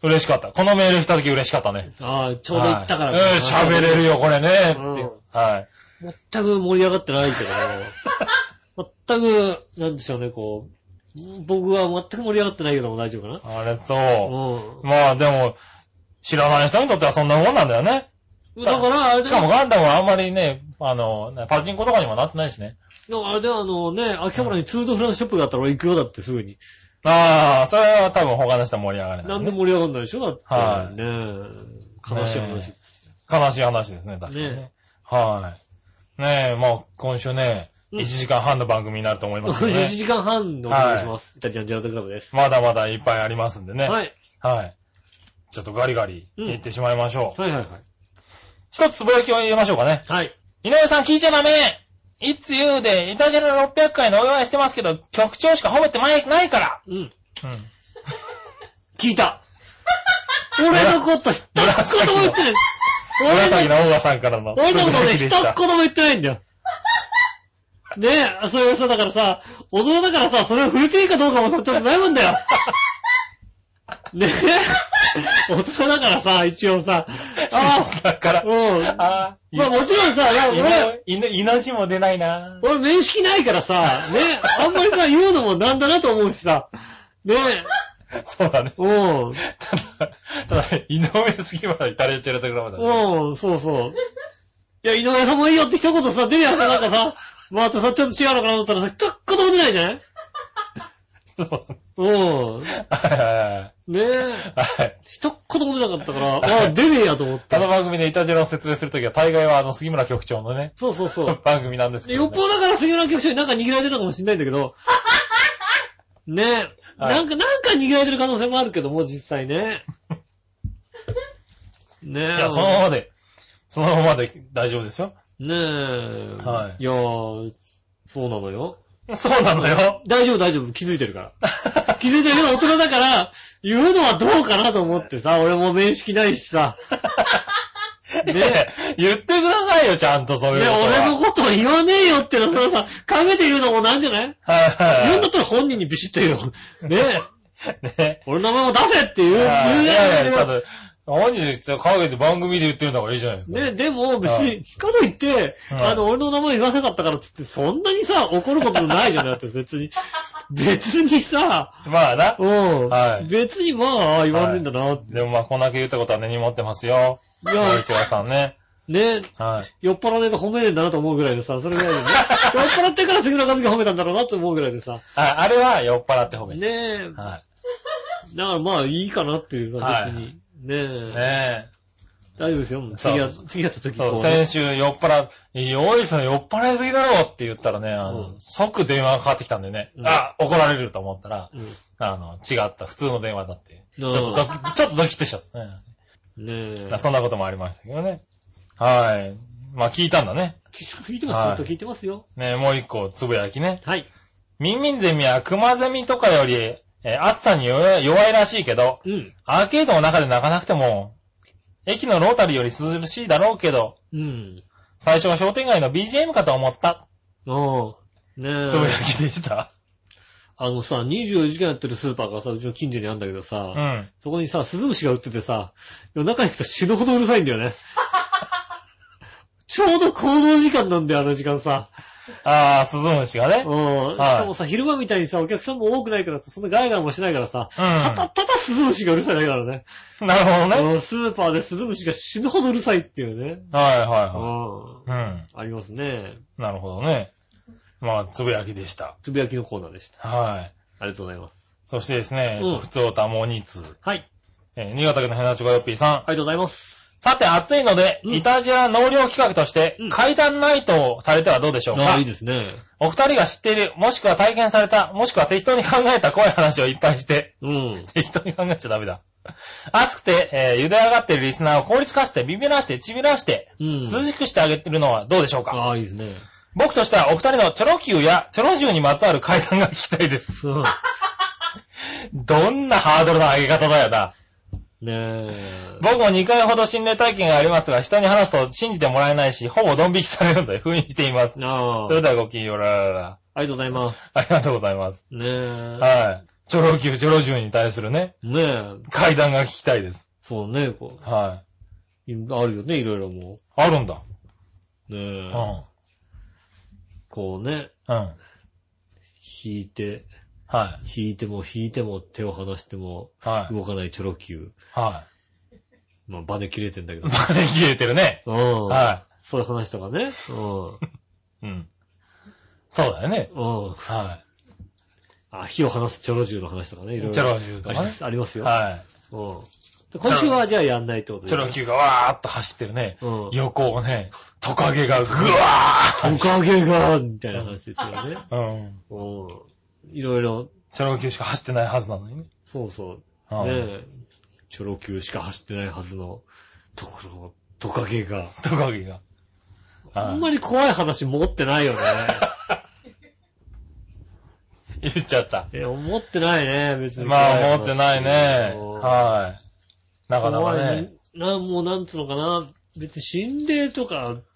嬉しかった。このメールした時嬉しかったね。 ああ、ちょうど行ったから。 喋れるよ、これね。はい。 全く盛り上がってないけど、全く、なんでしょうね、こう、僕は全く盛り上がってないけども大丈夫かな？ あれ、そう。まあ、でも、知らない人にとってはそんなもんなんだよね。 だから、あれしかもガンダムはあんまりね、パチンコとかにもなってないしね。 だからあれで秋葉原にツードフランスショップがあったら俺行くよだってすぐに。 ああ、それは多分他の人は盛り上がれない、ね。 なんで盛り上がんないでしょだって。 はい。 ねえ。悲しい話です。 悲しい話ですね、確かにね。はい。ねえ、まあ今週ね、1時間半の番組になると思いますね。 1時間半でお願いします。イタリアンジェラートクラブです。 まだまだいっぱいありますんでね。 はい。 はい。ちょっとガリガリ言ってしまいましょう。 はいはいはい。 一つつぶやきを入れましょうかね。 はい。 井上さん聞いちゃダメいつ言うで、イタジェラ600回のお祝いしてますけど、局長しか褒めてないから。うん。 聞いた。俺のこと一言も言ってない。 紫のオーガさんからの。 俺のことね、一言も言ってないんだよ。ねえ、それはさ、だからさ、大人だからさ、それを触れていいかどうかもさ、ちょっと悩むんだよ。ねえ。大人だからさ、一応さ。 だから。 まあもちろんさ、 俺、命も出ないな。 俺面識ないからさ、ね、あんまりさ、言うのもなんだなと思うしさ。ねえ。そうだね。ただ、井上杉村イタリアチェラトクラブだね。 そうそう。いや、井上さんもいいよって一言さ、出るやんさ、なんかさ、またさ、ちょっと違うのかなと思ったらさ、一言も出ないじゃない？そう。ねえ。はい。一言も出なかったから、出ねえやと思って。 この番組でイタジェラを説明するときは、大概は杉村局長のね。 そう。 番組なんですけど、 よっぽどだから杉村局長になんか握られてるのかもしれないんだけど。ねえ。なんか握られてる可能性もあるけども、実際ね。ねえ。 いや、そのままで大丈夫ですよ。 ねえ。 はい。 いやー、そうなのよ。 そうなのよ。 大丈夫。気づいてるから。気づいてるけど大人だから、言うのはどうかなと思ってさ、俺も面識ないしさ。 ね言ってくださいよ、ちゃんとそういうことは。 俺のことを言わねえよってのそれさ、考えて言うのもなんじゃない？言うんだったら本人にビシッと言うよ。ね俺の名前を出せって言うやつ。 本日、影で番組で言ってるんだからいいじゃないですか。 ね、でも別に、かといって、俺の名前言わなかったからってって、そんなにさ、怒ることないじゃん、だって別に。別にさ、 まあな。 はい。別にまあ、言わんねえんだなって。 でもまあ、こんだけ言ったことは根に持ってますよ。いや、市川さんね。 ね、はい。酔っ払わねえと褒めねえんだなと思うぐらいでさ、それぐらいでね。酔っ払ってから杉村和樹褒めたんだろうなと思うぐらいでさ。 あれは酔っ払って褒めた。 ねえ。はい。だからまあいいかなっていうさ、別に。ねえ。ねえ。大丈夫ですよ。次やった時そう、先週酔っ払おい、それ酔っ払いすぎだろって言ったらね、即電話がかかってきたんでね、怒られると思ったら、違った、普通の電話だって。ちょっとドキッとしちゃったね。ねえ。そんなこともありましたけどね。はい。まあ聞いたんだね。 聞いてます、ちゃんと聞いてますよ。 ねえ、もう一個、つぶやきね。 はい。 ミンミンゼミはクマゼミとかより、暑さに弱いらしいけど、アーケードの中で泣かなくても、駅のロータリーより涼しいだろうけど、最初は商店街の BGM かと思った。 ねえ。 つぶやきでした。 さ、24時間やってるスーパーがさ、うちの近所にあるんだけどさ、そこにさ、スズムシが売っててさ、夜中行くと死ぬほどうるさいんだよね。ちょうど行動時間なんだよ、あの時間さ。 スズムシがね。 しかもさ、昼間みたいにさ、お客さんも多くないからさ、そんなガヤガヤもしないからさ、ただスズムシがうるさいだけだからね。 なるほどね。 スーパーでスズムシが死ぬほどうるさいっていうね。 はい。 ありますね。 なるほどね。まあ、つぶやきでした。 つぶやきのコーナーでした。 はい。 ありがとうございます。 そしてですね、普通おたもう2通。 はい。 新潟県のヘナチョコヨッピーさん。 ありがとうございます。 さて、暑いので、イタジラ納涼企画として、階段ナイトをされてはどうでしょうか。 いいですね。 お二人が知っている、もしくは体験された、もしくは適当に考えた怖い話をいっぱいして、適当に考えちゃダメだ。暑くて、茹で上がっているリスナーを凍りつかせて、ビビらして、ちびらして、涼しくしてあげてるのはどうでしょうか。 いいですね。 僕としてはお二人のチョロ Q やチョロ銃にまつわる階段が聞きたいです。どんなハードルの上げ方だよな。 ねえ。 僕も2回ほど心霊体験がありますが、人に話すと信じてもらえないし、ほぼドン引きされるので封印しています。それではごきげんよう。 ありがとうございます。 ありがとうございます。 ねえ。 はい。チョロ Q、チョロ銃に対するね。 ねえ。 階段が聞きたいです。 そうね、 はい。 あるよね、いろいろもう。 あるんだ。 ねえ。こうね。引いて。 はい。 引いても手を離しても、動かないチョロ Q。 はい。 まあ、バネ切れてんだけど。 バネ切れてるね。 はい。そういう話とかね。 そうだよね。 はい。火を離すチョロ銃の話とかね、いろいろ。 チョロ銃とかね。 ありますよ。 はい。 今週はじゃあやんないってことで。 チョロ Q がわーっと走ってるね。横をね、トカゲがぐわートカゲがみたいな話ですよね。いろいろ。 チョロ Q しか走ってないはずなのにね。 そうそう。ねえ。チョロ Q しか走ってないはずのところを、トカゲが。あんまり怖い話持ってないよね。 言っちゃった。 持ってないね、別に。 まあ、持ってないね。はい。なかなかね。 もうなんつうのかな。別に心霊とかって、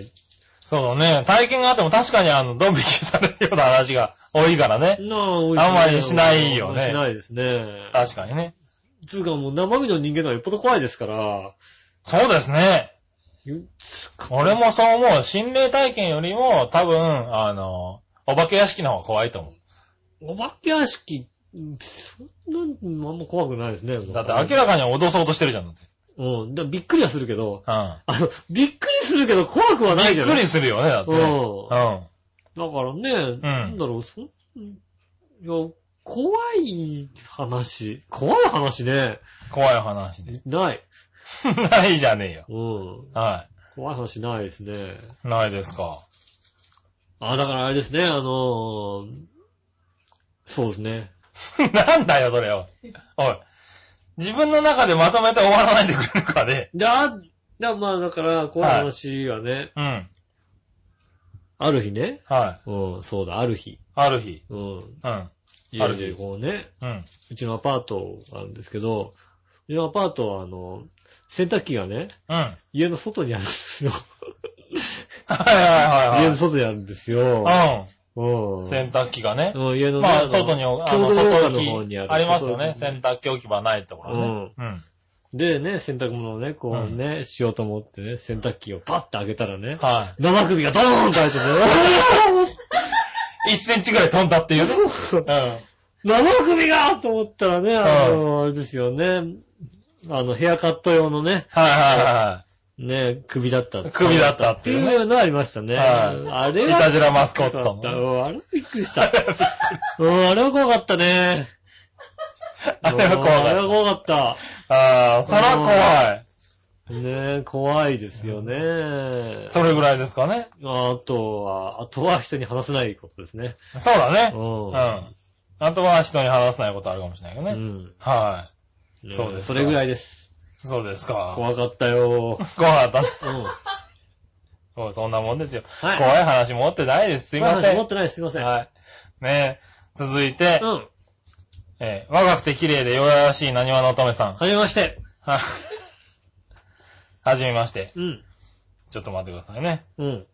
そうだね。体験があっても確かにドン引きされるような話が多いからね。あんまりしないよね。 しないですね。 確かにね。 つうかもう生身の人間の方がよっぽど怖いですから。 そうですね。俺もそう思う。心霊体験よりも多分、お化け屋敷の方が怖いと思う。 お化け屋敷、そんな、あんま怖くないですね。 だって明らかに脅そうとしてるじゃん。 びっくりはするけど、びっくりするけど怖くはないじゃん。 びっくりするよね、だって。だからね、なんだろう、怖い話ね。 怖い話ね。 ない。 ないじゃねえよ。 はい。怖い話ないですね。 ないですか。 だからあれですね、そうですね。 なんだよ、それを。おい。自分の中でまとめて終わらないでくれるかね。 まあだから、怖い話はね。ある日ね。そうだ、ある日。家でこうね。うちのアパートがあるんですけど、うちのアパートは洗濯機がね。家の外にあるんですよ。家の外にあるんですよ。 洗濯機がね。 家の外に、外にありますよね。洗濯機置き場ないところね。 でね、洗濯物をね、こうね、しようと思ってね、洗濯機をパッて開けたらね、生首がドーンと開いてね、 1センチぐらい飛んだっていうね。 生首がと思ったらね、あれですよね、ヘアカット用のね、 ね、首だった。 首だったっていうのありましたね。あれは。 いたじらマスコットの。あれびっくりした。あれは怖かったね。 あれは怖かった。 そら怖い。 ね、怖いですよね。 それぐらいですかね。 あとは人に話せないことですね。 そうだね。あとは人に話せないことあるかもしれないけどね。はい。そうです。 それぐらいです。 そうですか。 怖かったよ。 怖かったね。そんなもんですよ。怖い話持ってないです。すいません。 怖い話持ってないです。すいません。 はい。ね続いて、若くて綺麗で弱々しいなにわの乙女さん。 はじめまして。 はじめまして。ちょっと待ってくださいね。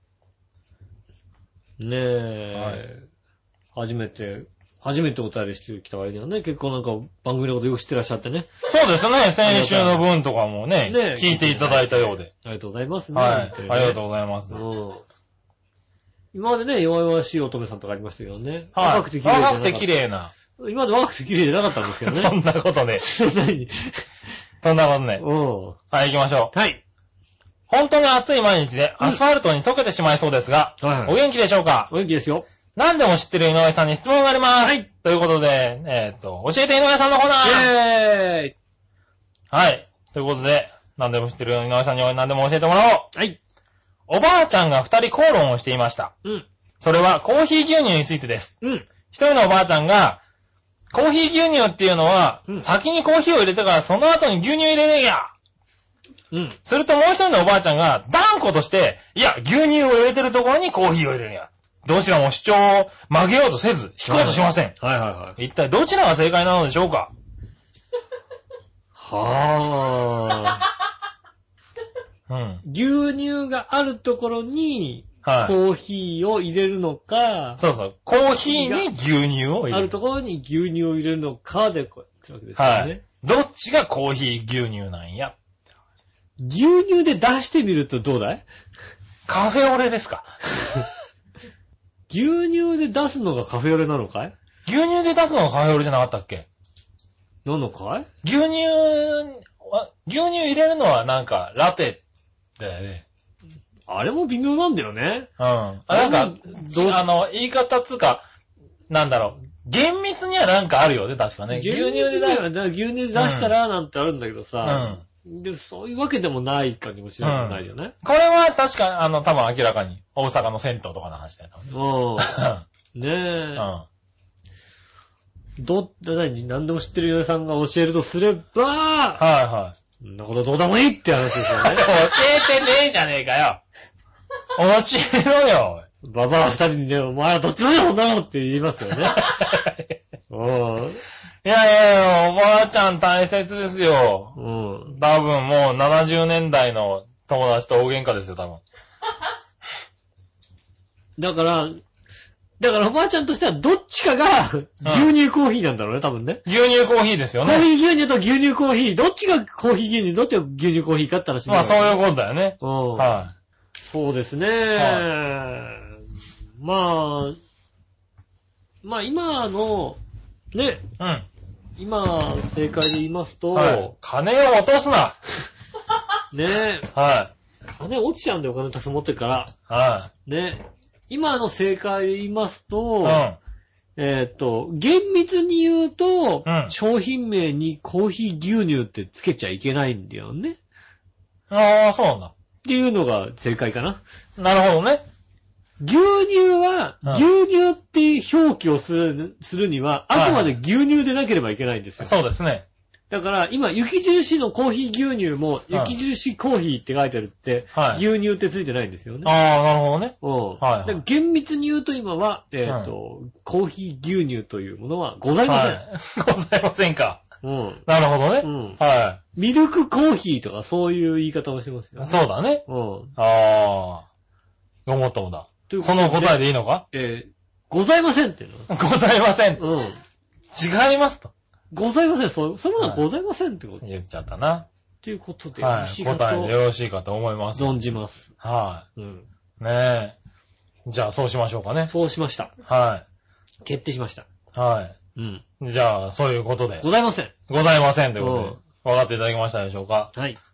ねえ。初めてお便りしてきた割にはね、結構なんか番組のことよく知ってらっしゃってね。 そうですね。先週の分とかもね、聞いていただいたようで。 ありがとうございますね。 はい。ありがとうございます。 今までね、弱々しい乙女さんとかありましたけどね。 若くて綺麗な。 今まで若くて綺麗じゃなかったんですけどね。 そんなことね。 何そんなことね。はい、行きましょう。 はい。 本当に暑い毎日でアスファルトに溶けてしまいそうですが、お元気でしょうか？ お元気ですよ。 何でも知ってる井上さんに質問があります。はい。ということで、教えて井上さんのコーナー。 イェーイ。 はい。ということで、何でも知ってる井上さんに何でも教えてもらおう。 はい。 おばあちゃんが二人口論をしていました。それはコーヒー牛乳についてです。一人のおばあちゃんが、コーヒー牛乳っていうのは、先にコーヒーを入れてからその後に牛乳入れねえや。するともう一人のおばあちゃんが断固として、いや、牛乳を入れてるところにコーヒーを入れるんや。どちらも主張を曲げようとせず、引こうとしません。一体どちらが正解なのでしょうか？ 牛乳があるところに、コーヒーを入れるのか、 そうそう。コーヒーに牛乳を入れる。 あるところに牛乳を入れるのかで、こうやってるわけですよね。 どっちがコーヒー牛乳なんや。 牛乳で出してみるとどうだい？ カフェオレですか？ 牛乳で出すのがカフェオレなのかい？ 牛乳で出すのがカフェオレじゃなかったっけ？ なのかい？ 牛乳入れるのはなんかラテだよね。 あれも微妙なんだよね。 なんか、言い方つうか、なんだろう。厳密にはなんかあるよね、確かね。 牛乳で出したらなんてあるんだけどさ。でそういうわけでもないかもしれないじゃない？ これは確か、多分明らかに、大阪の銭湯とかの話だよ。 ねえ。何でも知ってるヨネさんが教えるとすれば、そんなことどうでもいいって話ですよね。 教えてねえじゃねえかよ。教えろよ。 ババア二人にね、お前はどっちもよ、そんなのって言いますよね。 いや、おばあちゃん大切ですよ。多分もう70年代の友達と大喧嘩ですよ、多分。 だからおばあちゃんとしてはどっちかが牛乳コーヒーなんだろうね、多分ね。 牛乳コーヒーですよね。 コーヒー牛乳と牛乳コーヒー、どっちがコーヒー牛乳、どっちが牛乳コーヒーかって話。 まあそういうことだよね。 そうですね。まあ今の、ね。今、正解で言いますと、 金を落とすな。 ね。金落ちちゃうんだよ、お金たくさん持ってるから。ね。今の正解で言いますと、厳密に言うと、商品名にコーヒー牛乳ってつけちゃいけないんだよね。 ああ、そうなんだ。 っていうのが正解かな。 なるほどね。 牛乳は、牛乳っていう表記をするには、あくまで牛乳でなければいけないんですよ。 そうですね。 だから、今、雪印のコーヒー牛乳も、雪印コーヒーって書いてあるって、牛乳ってついてないんですよね。 ああ、なるほどね。厳密に言うと今は、コーヒー牛乳というものはございません。 ございませんか。なるほどね。 ミルクコーヒーとかそういう言い方をしてますよね。 そうだね。ごもっともだ。その答えでいいのか？ ございませんっていうの。 ございません。違いますと。 ございません。そのものはございませんってこと。 言っちゃったな。 っていうことで、 答えでよろしいかと思います。 存じます。 ねえ。じゃあそうしましょうかね。 そうしました。決定しました。じゃあ、そういうことで。 ございません。 ございませんということで。分かっていただけましたでしょうか？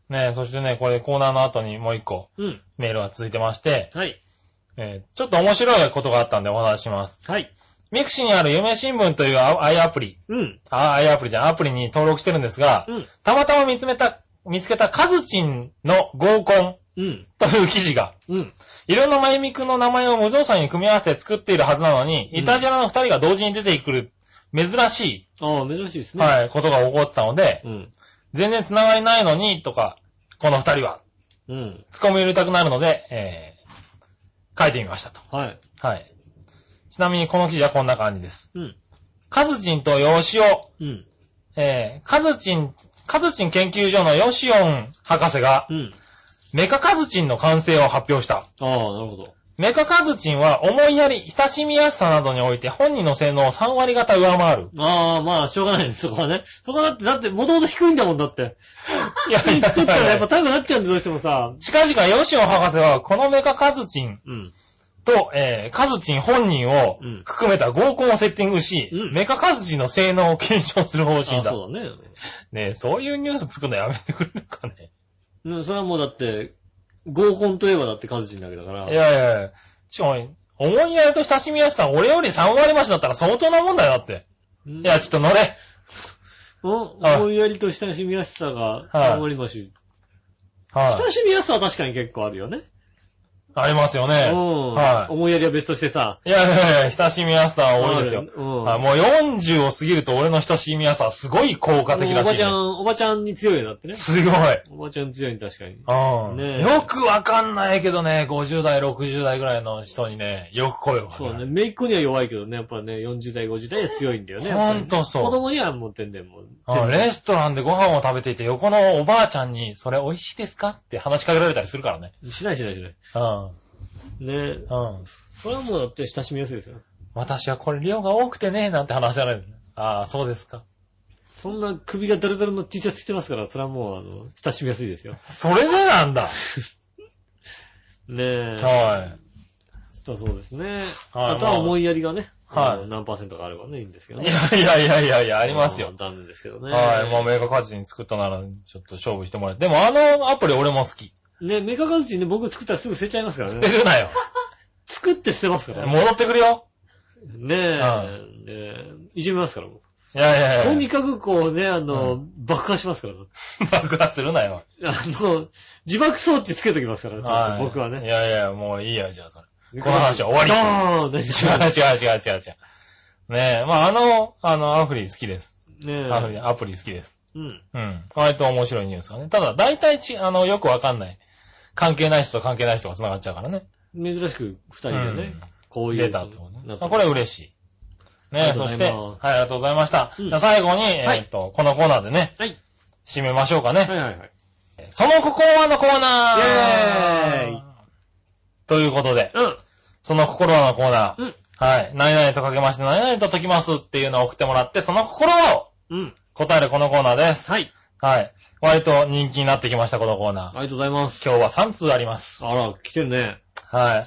ね、そしてね、これコーナーの後にもう一個、メールが続いてまして、はい。ちょっと面白いことがあったんでお話しします。はい。ミクシーにある読売新聞というアプリ。アプリに登録してるんですが、たまたま見つけたカズチンの合コン。という記事が。いろんなマイミクの名前を無造作に組み合わせて作っているはずなのに、イタジェラの二人が同時に出てくる、珍しい。 珍しいですね。 はい、ことが起こったので、全然繋がりないのに、とか、この二人は。ツッコミ入れたくなるので、書いてみましたと。はい。はい。ちなみにこの記事はこんな感じです。カズチンとヨシオ。カズチン研究所のヨシオン博士が、メカカズチンの完成を発表した。 なるほど。 メカカズチンは思いやり、親しみやすさなどにおいて本人の性能を3割方上回る。 まあ、しょうがないです、そこはね。そこはだって、もともと低いんだもんだって。いや、作ったらやっぱ高くなっちゃうんで、どうしてもさ。 近々ヨシオン博士は、このメカカズチンと、カズチン本人を含めた合コンをセッティングし、メカカズチンの性能を検証する方針だ。 そうだね。 ね、そういうニュース作るのやめてくれるかね。 それはもうだって、合コンといえばだってカズチンだけだから。 いや。思いやりと親しみやすさ、俺より3割増しだったら相当なもんだよ、だって。いや、ちょっと乗れ。 思いやりと親しみやすさが3割増し。親しみやすさは確かに結構あるよね。 ありますよね。 はい。思いやりは別としてさ。 いや、親しみやすさは多いですよ。もう40を過ぎると俺の親しみやすさはすごい効果的らしい、ね。 おばちゃんに強いよなってね。 すごい。 おばちゃん強い確かに。 ね、よくわかんないけどね、50代、60代ぐらいの人にね、よく声をかける。 そうね、めいっ子には弱いけどね、やっぱね、40代、50代は強いんだよね。 ほんとそう。 子供にはもう全然もう。 レストランでご飯を食べていて、横のおばあちゃんに、それ美味しいですかって話しかけられたりするからね。 しない。ねえ。それはもうだって親しみやすいですよ。 私はこれ量が多くてね、なんて話される。そうですか。 そんな首がダルダルの T シャツ着てますから、それはもう、親しみやすいですよ。 それでなんだ。 ねえ。 はい。 そうですね。あとは思いやりがね。何%かあればね、いいんですけどね。 いや、ありますよ。 残念ですけどね。 はい。もうメガカズチン作ったなら、ちょっと勝負してもらえ。でもアプリ俺も好き。 ね、メカカズチンね、僕作ったらすぐ捨てちゃいますからね。 捨てるなよ。 作って捨てますからね。戻ってくるよ。 ねえ、いじめますから、僕。 いや。 とにかくこうね、爆破しますから。 爆破するなよ。 自爆装置つけときますから、僕はね。 いや、もういいや、じゃあそれ。この話は終わり。違う。ねえ、まあアプリ好きです。ねえ。アプリ好きです。割と面白いニュースがね。ただ、大体よくわかんない。関係ない人と関係ない人が繋がっちゃうからね。 珍しく二人でね、こういう。 出たってことね。これ嬉しい。ね、そして、はい、ありがとうございました。最後に、このコーナーでね、締めましょうかね。はい。その心はのコーナーイェーイということで、その心はのコーナー、はい、何々とかけまして、何々と解きますっていうのを送ってもらって、その心はを、答えるこのコーナーです。はい。割と人気になってきました、このコーナー。ありがとうございます。 今日は3通あります。 あら、来てるね。 はい。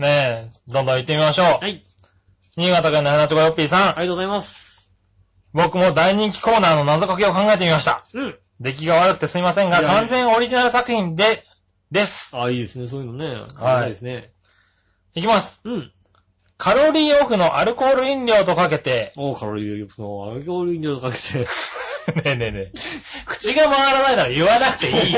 ねえ、どんどん行ってみましょう。はい。新潟県の花ちょこよっぴーさん。 ありがとうございます。 僕も大人気コーナーの謎かけを考えてみました。出来が悪くてすいませんが、完全オリジナル作品です。 いいですね、そういうのね。はい。いいですね。 いきます。カロリーオフのアルコール飲料とかけて。 カロリーオフのアルコール飲料とかけて。 ねえ。口が回らないなら言わなくていい。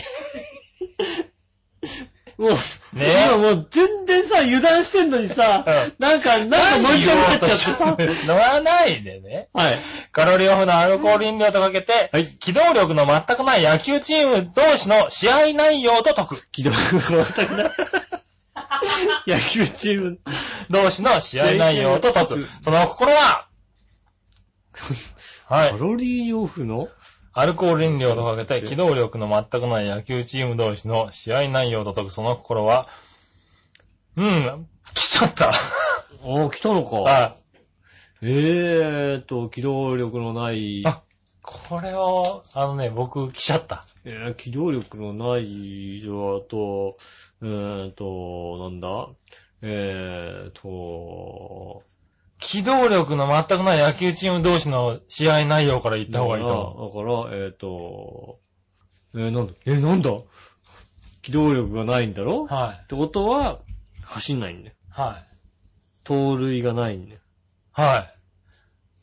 もう、今もう全然さ、油断してんのにさ、なんか乗り込まれちゃってさ。 乗らないでね。はい。カロリーオフのアルコール飲料とかけて、機動力の全くない野球チーム同士の試合内容と解く。 機動力の全くない野球チーム同士の試合内容と解く。その心ははい。カロリーオフのアルコール飲料とかけて、機動力の全くない野球チーム同士の試合内容と解くその心は、来ちゃった。 来たのか。機動力のない。 これを、僕来ちゃった。 機動力のないと、なんだ機動力の全くない野球チーム同士の試合内容から言った方がいいと。 だから、 なんだ機動力がないんだろ？ はい。 ってことは、走んないんだよ。 はい。 盗塁がないんだよ。 はい。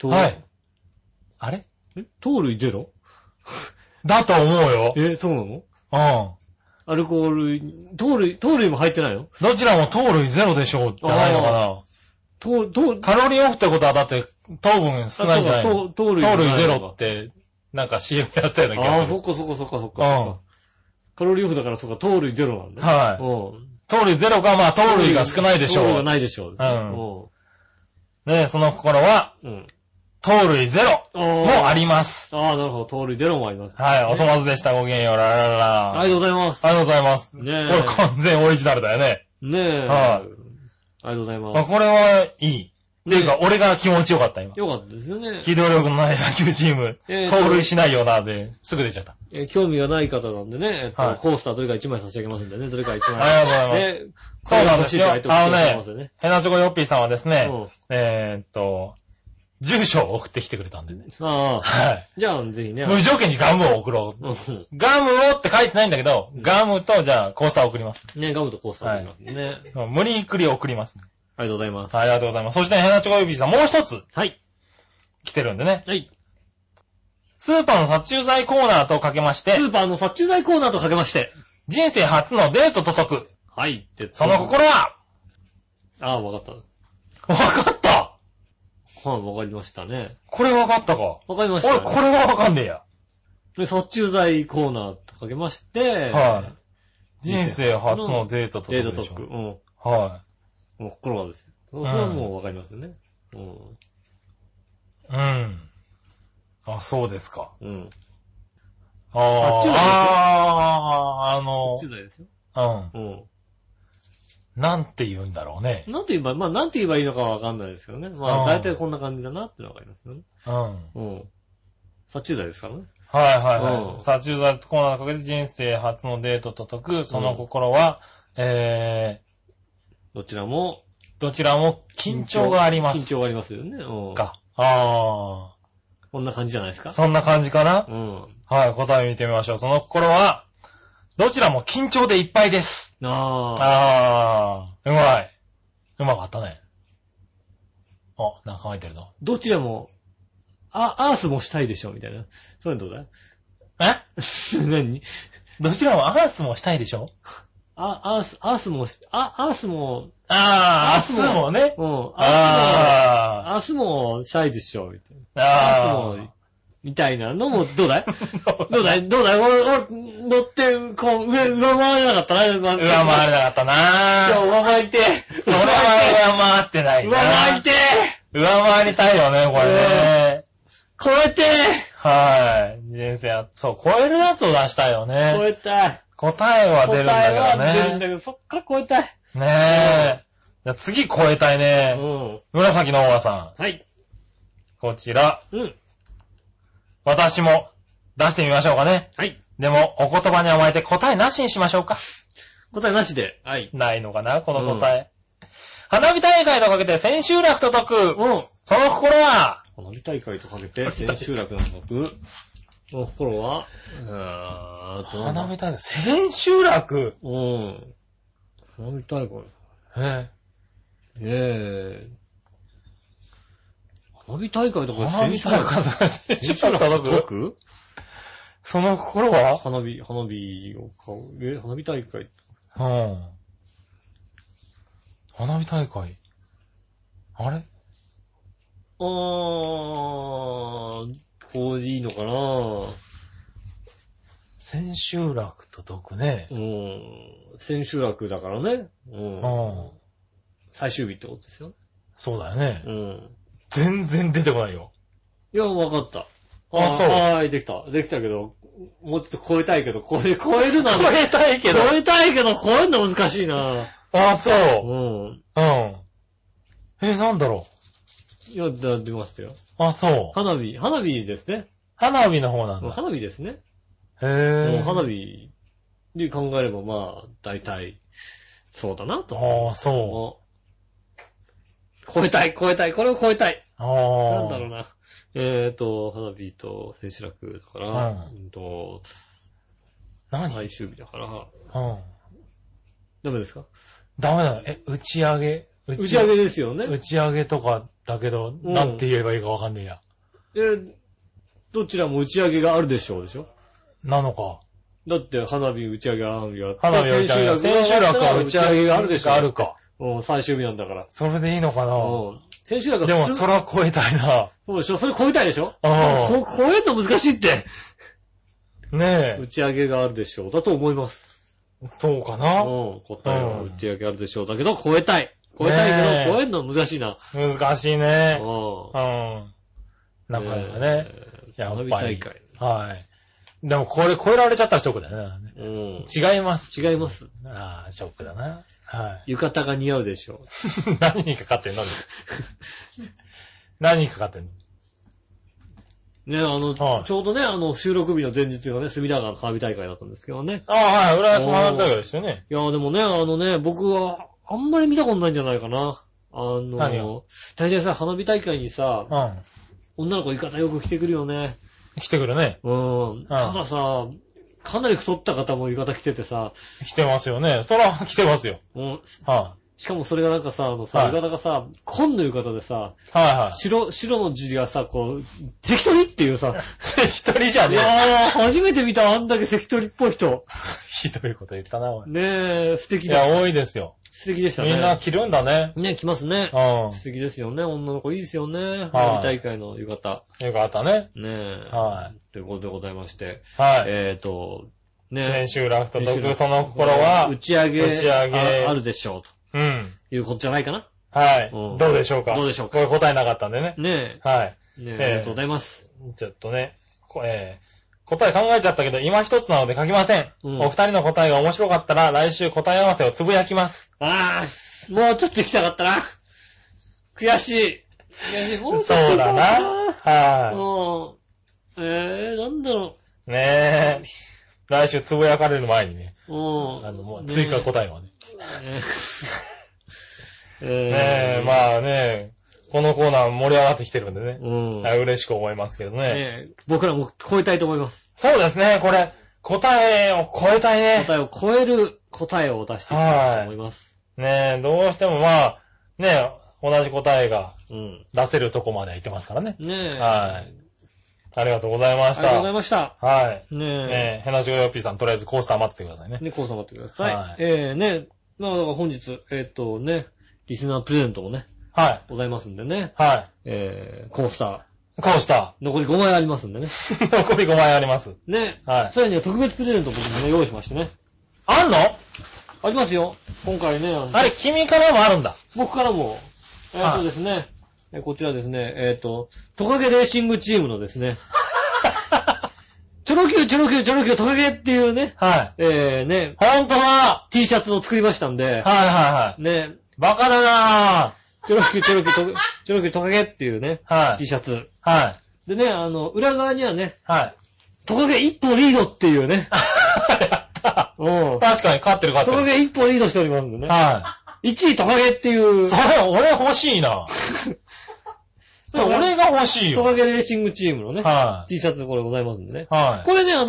はい。あれ？ 盗塁ゼロ？ だと思うよ。 そうなの？ うん。 アルコール、盗塁も入ってないの？ どちらも盗塁ゼロでしょうじゃないのかな。カロリーオフってことはだって糖分少ないんじゃないの？盗塁ゼロって、なんか CM やったような気がする。 そっか。カロリーオフだから盗塁ゼロなんだ。 はい。盗塁ゼロか、まあ盗塁が少ないでしょう。 盗塁がないでしょう。 ね、その心は、盗塁ゼロもあります。 なるほど。盗塁ゼロもあります。 はい、おそ松でした。ごきげんよう。ラララ。 ありがとうございます。 ありがとうございます。 ねえ。 これ完全オリジナルだよね。 ねえ。 はい。ありがとうございます。 これはいい。っていうか、俺が気持ちよかった、今。 よかったですよね。 機動力のない野球チーム、盗塁しないよな、で、すぐ出ちゃった。 興味がない方なんでね、コースターどれか1枚差し上げますんでね、どれか1枚。 ありがとうございます。そうなんですよ。ヘナチョコヨッピーさんはですね、住所を送ってきてくれたんでね。はい。じゃあ、ぜひね。無条件にガムを送ろう。ガムをって書いてないんだけど、ガムと、じゃあ、コースター送ります。ね、ガムとコースター送りますね。無理くり送ります。ありがとうございます。ありがとうございます。そして、ヘナチョコヨッピーさん、もう一つ。はい。来てるんでね。はい。スーパーの殺虫剤コーナーとかけまして。スーパーの殺虫剤コーナーとかけまして。人生初のデートと解く。はい。その心はわかった。わかったはい、わかりましたね。これわかったか。わかりました、ね。これはわかんねえや。で、殺虫剤コーナーとかけまして。はい。人生初のデートと解く。デートと解く。はい。もう心がですよ。それはもうわかりますよね。あ、そうですか。殺虫剤殺虫剤ですよ。なんて言うんだろうね。なんて言えばいいのかわかんないですけどね。まあ、大体こんな感じだなってのはわかりますよね。殺虫剤ですからね。はい。殺虫剤コーナーかけて人生初のデートと解く、その心は、どちらも緊張があります。緊張がありますよね。こんな感じじゃないですか。そんな感じかな。はい、答え見てみましょう。その心は、どちらも緊張でいっぱいです。うまい。うまかったね。なんか書いてるぞ。どちらも、アースもしたいでしょ、みたいな。そういうのどうだ何どちらもアースもしたいでしょアースもね。アースもしたいでしょ、みたいな。アースも、みたいなのも、どうだい乗って、上回れなかったな。上回れなかったな。上回りて。それは上回ってないな。上回りて。上回りたいよね、これね。超えて。はい。人生超えるやつを出したいよね。超えたい。答えは出るんだけどね。答えは出るんだけど、そっから超えたい。ねえ。じゃあ次超えたいね。紫のおばさん。はい。こちら。私も出してみましょうかね。はい。でも、お言葉に甘えて答えなしにしましょうか。答えなしで。はい。ないのかな、この答え。花火大会とかけて千秋楽と解く。その心は花火大会とかけて千秋楽と解く。その心は花火大会、千秋楽花火大会。花火大会とか千秋楽千秋楽と解く？その心は花火を買う。花火大会。花火大会。あれ？こうでいいのかな？千秋楽と解くね。千秋楽だからね。最終日ってことですよ。そうだよね。全然出てこないよ。いや、わかった。そう。はい、できたけど、もうちょっと超えたいけど、超えるな。超えたいけど、超えるの難しいな。そう。なんだろう。いや、出ましたよ。そう。花火ですね。花火の方なんだ。花火ですね。もう花火で考えれば、まあ、大体、そうだなと。そう。超えたい。これを超えたい。なんだろうな。花火と千秋楽だから、 最終日だから。ダメですか？ ダメだよ。打ち上げですよね。 打ち上げとかだけど、なんて言えばいいかわかんねえや。 どちらも打ち上げがあるでしょうでしょ？ なのか。 だって花火打ち上げあるよ。 花火打ち上げ。千秋楽は打ち上げがあるでしょ。 あるか。最終日なんだから。 それでいいのかな。 千秋楽でも、それは超えたいな。 そうでしょ？それ超えたいでしょ？超えるの難しいって。 ねえ。 打ち上げがあるでしょう。だと思います。 そうかな。 答えは打ち上げあるでしょう。だけど、超えたい。超えたいけど、超えるの難しいな。 難しいね。なかなかね。 花火大会。 はい。でも、これ超えられちゃったらショックだよね。違います。 違います。 ショックだな。はい。 浴衣が似合うでしょう。 何にかかってんの？何にかかってんの？ ね、ちょうどね、収録日の前日がね、隅田川の花火大会だったんですけどね。 はい、浦安花火大会でしたよね。 いや、でもね、僕は、あんまり見たことないんじゃないかな。大体さ、花火大会にさ、女の子浴衣よく着てくるよね。 着てくるね。 たださ、かなり太った方も浴衣着ててさ。 着てますよね。そら着てますよ。 しかもそれがなんかさ、浴衣がさ、紺の浴衣でさ、白の字がさ、関取っていうさ、 関取じゃねえ。 いやー、初めて見たあんだけ関取っぽい人。 ひどいこと言ったな、おい。 ねえ、素敵だ。 いや、多いですよ。 素敵でしたね。 みんな着るんだね。 ね、着ますね。素敵ですよね。女の子いいですよね。花火大会の浴衣。 浴衣ね。 ねえ。ということでございまして。 ね。千秋楽と毒その頃は、 打ち上げあるでしょうと。いうことじゃないかな。 はい。どうでしょうか。 どうでしょうか。 これ答えなかったんでね。 ねえ。はい。 ねえ。ありがとうございます。 ちょっとね、答え考えちゃったけど、今一つなので書きません。お二人の答えが面白かったら、来週答え合わせをつぶやきます。 もうちょっと行きたかったな。悔しい。 そうだな。 はい。なんだろう。ねえ。来週つぶやかれる前にね。もう追加答えはね。ねえ、まあね、このコーナー盛り上がってきてるんでね。嬉しく思いますけどね。 僕らも超えたいと思います。 そうですね、これ、答えを超えたいね。 答えを超える答えを出していきたいと思います。 ねえ、どうしてもまあ、ねえ、同じ答えが出せるとこまで行ってますからね。 ねえ。 はい。ありがとうございました。 ありがとうございました。 はい。 ねえ。ヘナジオヨッピーさん、とりあえずコースター待っててくださいね。 ね、コースター待ってください。はい。ね、まあ、だから本日、ね、リスナープレゼントもね。 はい。 ございますんでね。 はい。 コースター。 コースター。残り5枚ありますんでね。 残り5枚あります。 ね。 はい。 さらには特別プレゼント僕もね、用意しましてね。 あんの？ ありますよ。今回ね。 あれ、君からもあるんだ。 僕からも。ですね。こちらですね、トカゲレーシングチームのですね。チョロ Q トカゲっていうね。 はい。 ね。 ほんとだ !T シャツを作りましたんで。 はい。 ね。 バカだなぁ。チョロ Q トカゲっていうね。 はい。 T シャツ。 はい。 でね、裏側にはね。 はい。 トカゲ一歩リードっていうね。 やった。確かに勝ってる。 トカゲ一歩リードしておりますんでね。 はい。 1位トカゲっていう。 それ、俺欲しいな。俺が欲しいよ。 トカゲレーシングチームのね。 はい。 T シャツこれございますんでね。 はい。 これね、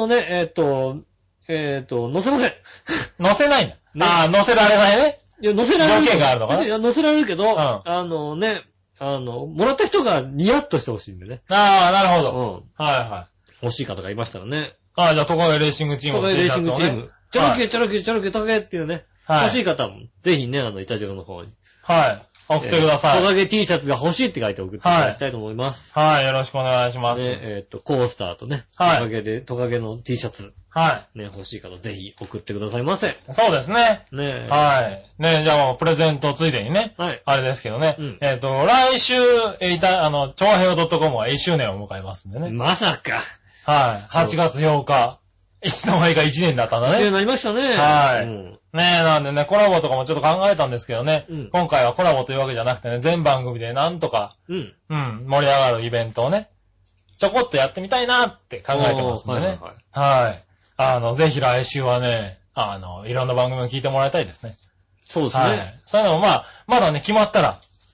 載せません。 載せないんだ。載せられないね。 いや、載せられる。 条件があるのかな？ いや、載せられるけど、もらった人がニヤッとしてほしいんでね。 なるほど。はい。 欲しい方がいましたらね。 じゃあ、トカゲレーシングチームの T シャツをね。 トカゲレーシングチーム。チョロキュトカゲっていうね。欲しい方も、ぜひね、イタジロの方に。 はい。送ってください。 トカゲ T シャツが欲しいって書いて送っていただきたいと思います。 はい。よろしくお願いします。 ね、コースターとね。 はい。 トカゲの T シャツ。 はい。 ね、欲しい方ぜひ送ってくださいませ。 そうですね。 ねはい。ね、じゃあプレゼントついでにね。 はい。 あれですけどね。来週、超平洋 .com は1周年を迎えますんでね。 まさか。 はい。8月8日。いつの間にか1年だったんだね。1 年になりましたね。 はい。ねえ、なんでね、コラボとかもちょっと考えたんですけどね。今回はコラボというわけじゃなくてね、全番組でなんとか、盛り上がるイベントをね、ちょこっとやってみたいなって考えてますんでね。はい。ぜひ来週はね、いろんな番組を聞いてもらいたいですね。 そうですね。はい。 そういうのもまだね、決まったら、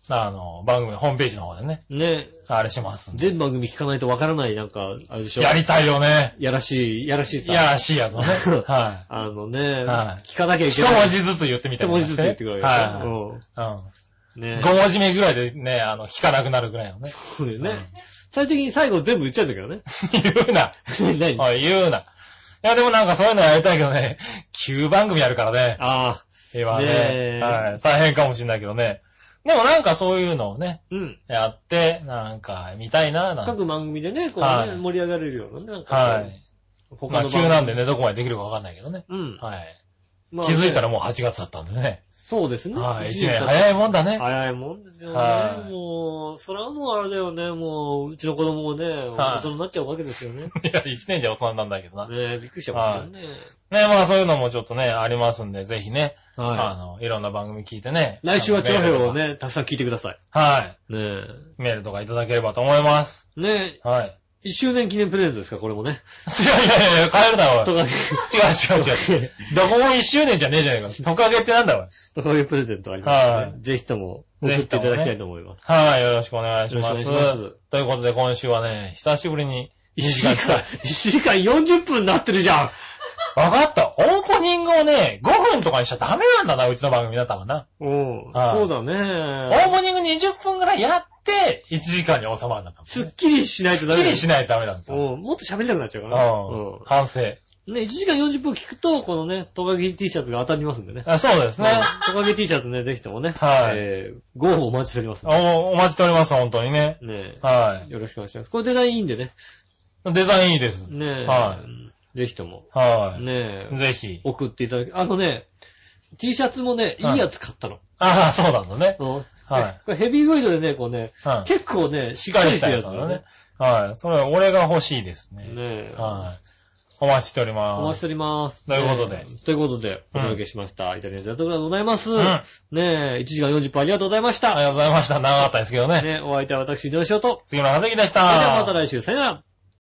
番組、ホームページの方でね。 ね。 あれしますんで。 全番組聞かないとわからない、なんか、あれでしょ。 やりたいよね。 やらしいさ。 やらしいやつをね。はい。 聞かなきゃいけない。 一文字ずつ言ってみたいな。 一文字ずつ言ってくるわけですね。ね。5文字目ぐらいでね、聞かなくなるぐらいのね。 そうだよね。最終的に最後全部言っちゃうんだけどね。 言うな。 何？ 言うな。いや、でもなんかそういうのやりたいけどね、9番組やるからね。 ああ。 今ね。はい。大変かもしれないけどね。でもなんかそういうのをね、やって、なんか見たいな、なんて。 各番組でね、こうね、盛り上がれるようなね、なんか。 はい。他の急なんでね、どこまでできるかわかんないけどね。はい。気づいたらもう8月だったんでね。 そうですね。 はい。1年早いもんだね。 早いもんですよね。もう、それはもうあれだよね、もう、うちの子供もね、大人になっちゃうわけですよね。 いや、1年じゃ大人なんだけどな。 ねびっくりしちゃいますよね。 ね、まあそういうのもちょっとね、ありますんで、ぜひね、いろんな番組聞いてね。 来週はチョアヘヨをね、たくさん聞いてください。 はい。 ねメールとかいただければと思います。 ねはい。 1周年記念プレゼントですか、これもね。 いや、変えるな、おい。 トカゲ。 違う。どこも1周年じゃねえじゃねえか。トカゲってなんだ、おい。 トカゲプレゼントありますね。ぜひとも送っていただきたいと思います。 はい、よろしくお願いします。ということで今週はね、久しぶりに 1時間40分になってるじゃん。 わかった。オープニングをね、5分とかにしちゃダメなんだな、うちの番組だったかな。 そうだね。 オープニング20分ぐらいやって、1時間に収まるんだったもんね。 すっきりしないとダメ。 すっきりしないとダメなんだ。 もっと喋りたくなっちゃうから。 反省。 ね、1時間40分聞くと、このね、トカゲ T シャツが当たりますんでね。 そうですね。 トカゲ T シャツね、ぜひともね。 はい。 ご応募お待ちしております。 お待ちしております、本当にね。 ねはい。 よろしくお願いします。これデザインいいんでね。 デザインいいです。 ねはい。 ぜひとも。 はい。 ねぜひ。 送っていただき、T シャツもね、いいやつ買ったの。 ああ、そうなんだね。 はい。これヘビーウェイトでね、こうね、結構ね、しっかりしたやつだね。はい。それ、俺が欲しいですね。 ねはい。お待ちしております。 お待ちしております。 ということで。 お届けしました。イタリアンジャズでございます。ね1時間40分ありがとうございました。 ありがとうございました。長かったですけどね。 ねお相手は私、井上翔と。 杉村和樹でした。 それではまた来週、さよなら。